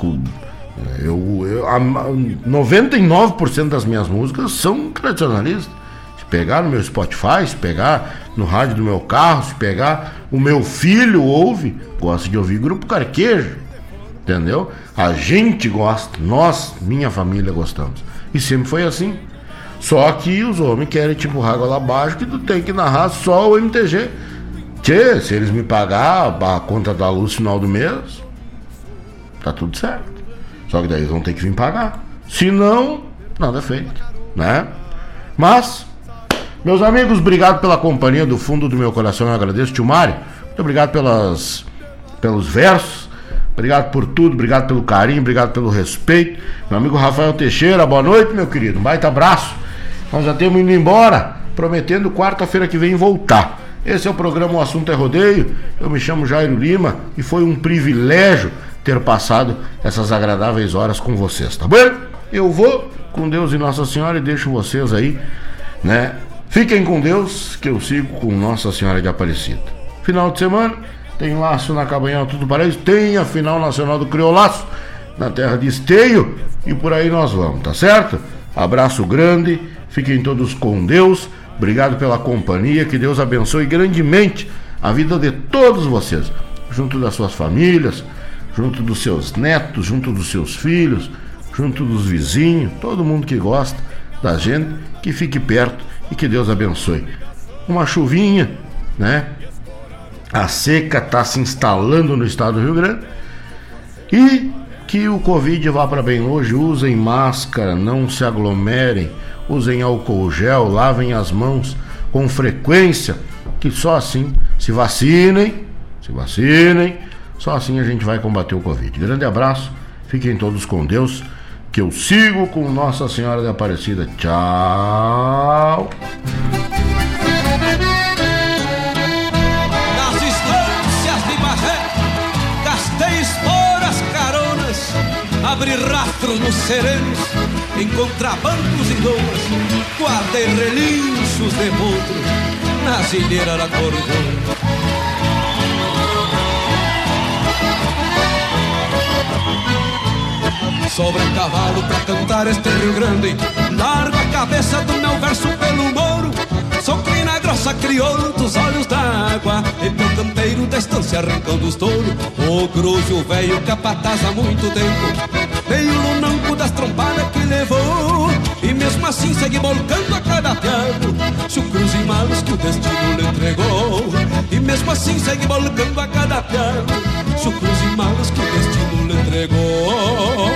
99% das minhas músicas são tradicionalistas. Se pegar no meu Spotify, se pegar no rádio do meu carro, se pegar o meu filho gosta de ouvir Grupo Carquejo, entendeu? A gente gosta, nós, minha família, gostamos. E sempre foi assim. Só que os homens querem te empurrar lá abaixo, que tu tem que narrar só o MTG. Tchê, se eles me pagar a conta da luz no final do mês, tá tudo certo. Só que daí eles vão ter que vir pagar. Se não, nada feito, né? Mas, meus amigos, obrigado pela companhia. Do fundo do meu coração eu agradeço, tio Mário. Muito obrigado pelos versos. Obrigado por tudo, obrigado pelo carinho, obrigado pelo respeito. Meu amigo Rafael Teixeira, boa noite, meu querido. Um baita abraço. Nós já temos indo embora, prometendo quarta-feira que vem voltar. Esse é o programa O Assunto é Rodeio. Eu me chamo Jairo Lima e foi um privilégio ter passado essas agradáveis horas com vocês, tá bom? Eu vou com Deus e Nossa Senhora e deixo vocês aí, né? Fiquem com Deus, que eu sigo com Nossa Senhora de Aparecida. Final de semana, tem laço na Cabanhal Tudo Paraíso, tem a final nacional do Criolaço na terra de Esteio e por aí nós vamos, tá certo? Abraço grande, fiquem todos com Deus, obrigado pela companhia, que Deus abençoe grandemente a vida de todos vocês, junto das suas famílias, junto dos seus netos, junto dos seus filhos, junto dos vizinhos, todo mundo que gosta da gente, que fique perto e que Deus abençoe. Uma chuvinha, né? A seca está se instalando no estado do Rio Grande. E que o Covid vá para bem longe. Usem máscara, não se aglomerem, usem álcool gel, lavem as mãos com frequência, que só assim se vacinem, só assim a gente vai combater o Covid. Grande abraço, fiquem todos com Deus, que eu sigo com Nossa Senhora da Aparecida. Tchau. Nas distâncias de Bagé, gastei esporas caronas, abri rastros nos serenos, encontrar bancos e lomas, guardei relinchos de potro nas ilheiras da Cordona. Sobre o cavalo pra cantar este Rio Grande, largo a cabeça do meu verso pelo moro. Sou crina grossa, crioulo dos olhos d'água, e meu campeiro da estância, rincão dos touros. O Grúzio velho capataz há muito tempo, veio o lunanco das trompadas que levou, e mesmo assim segue volcando a cada piado, chucros e malos que o destino lhe entregou. E mesmo assim segue volcando a cada piado, chucros e malos que o destino lhe entregou.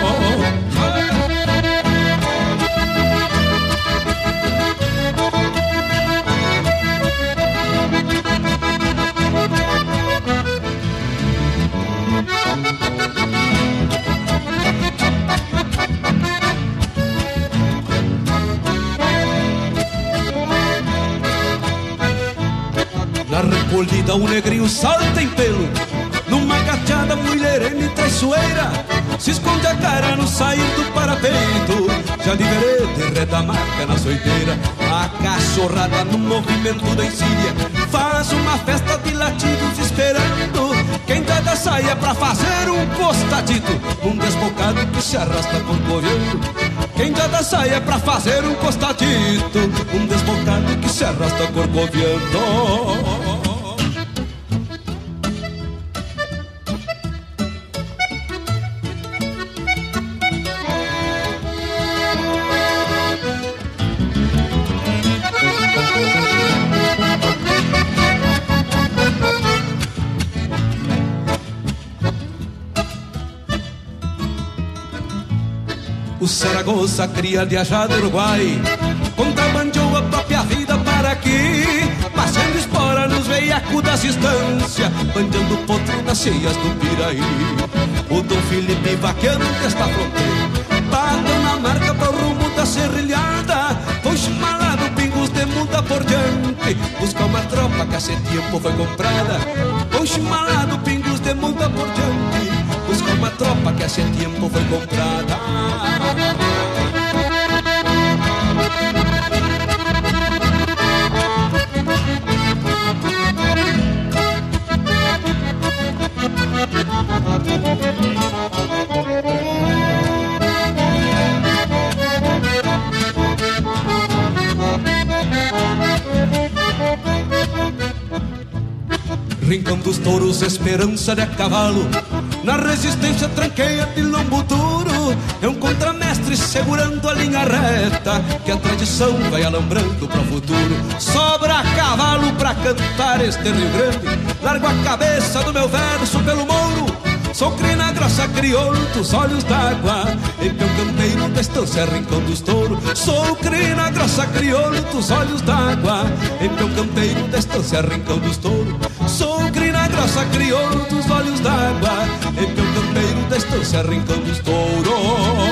Na recolhida o negrinho salta em pelo, numa gachada mulherena e traiçoeira, se esconde a cara no sair do parapeito, já de vereda reda marca na soiteira. A cachorrada no movimento da encilha faz uma festa de latidos esperando quem dá da saia pra fazer um costadito, um desbocado que se arrasta corcoviando. Quem dá da saia pra fazer um costadito, um desbocado que se arrasta corcoviando. O Zaragoza, cria de Ajá do Uruguai, contrabandeou a própria vida para aqui, passando espora nos veiacos das distâncias, bandeando potro nas cheias do Piraí. O Dom Felipe vaqueando desta fronteira, bateu na marca para o rumo da serrilhada, foi chimalado pingos de muda por diante, buscar uma tropa que há tempo foi comprada. Foi chimalado pingos de muda por diante, buscar uma tropa que há tempo foi comprada. Rincão dos touros, esperança de cavalo, na resistência tranqueia de lombo duro. É um contramestre segurando a linha reta, que a tradição vai alambrando para o futuro. Sobra cavalo pra cantar este Rio Grande, largo a cabeça do meu verso pelo mouro. Sou crina grossa, crioulo dos olhos d'água, e meu campeiro da estância, rincão dos touros. Sou crina grossa, crioulo dos olhos d'água, e meu campeiro da estância, rincão dos touros. Sou crina grossa, crioulo dos olhos d'água, e meu campeiro da estância, rincão dos touros.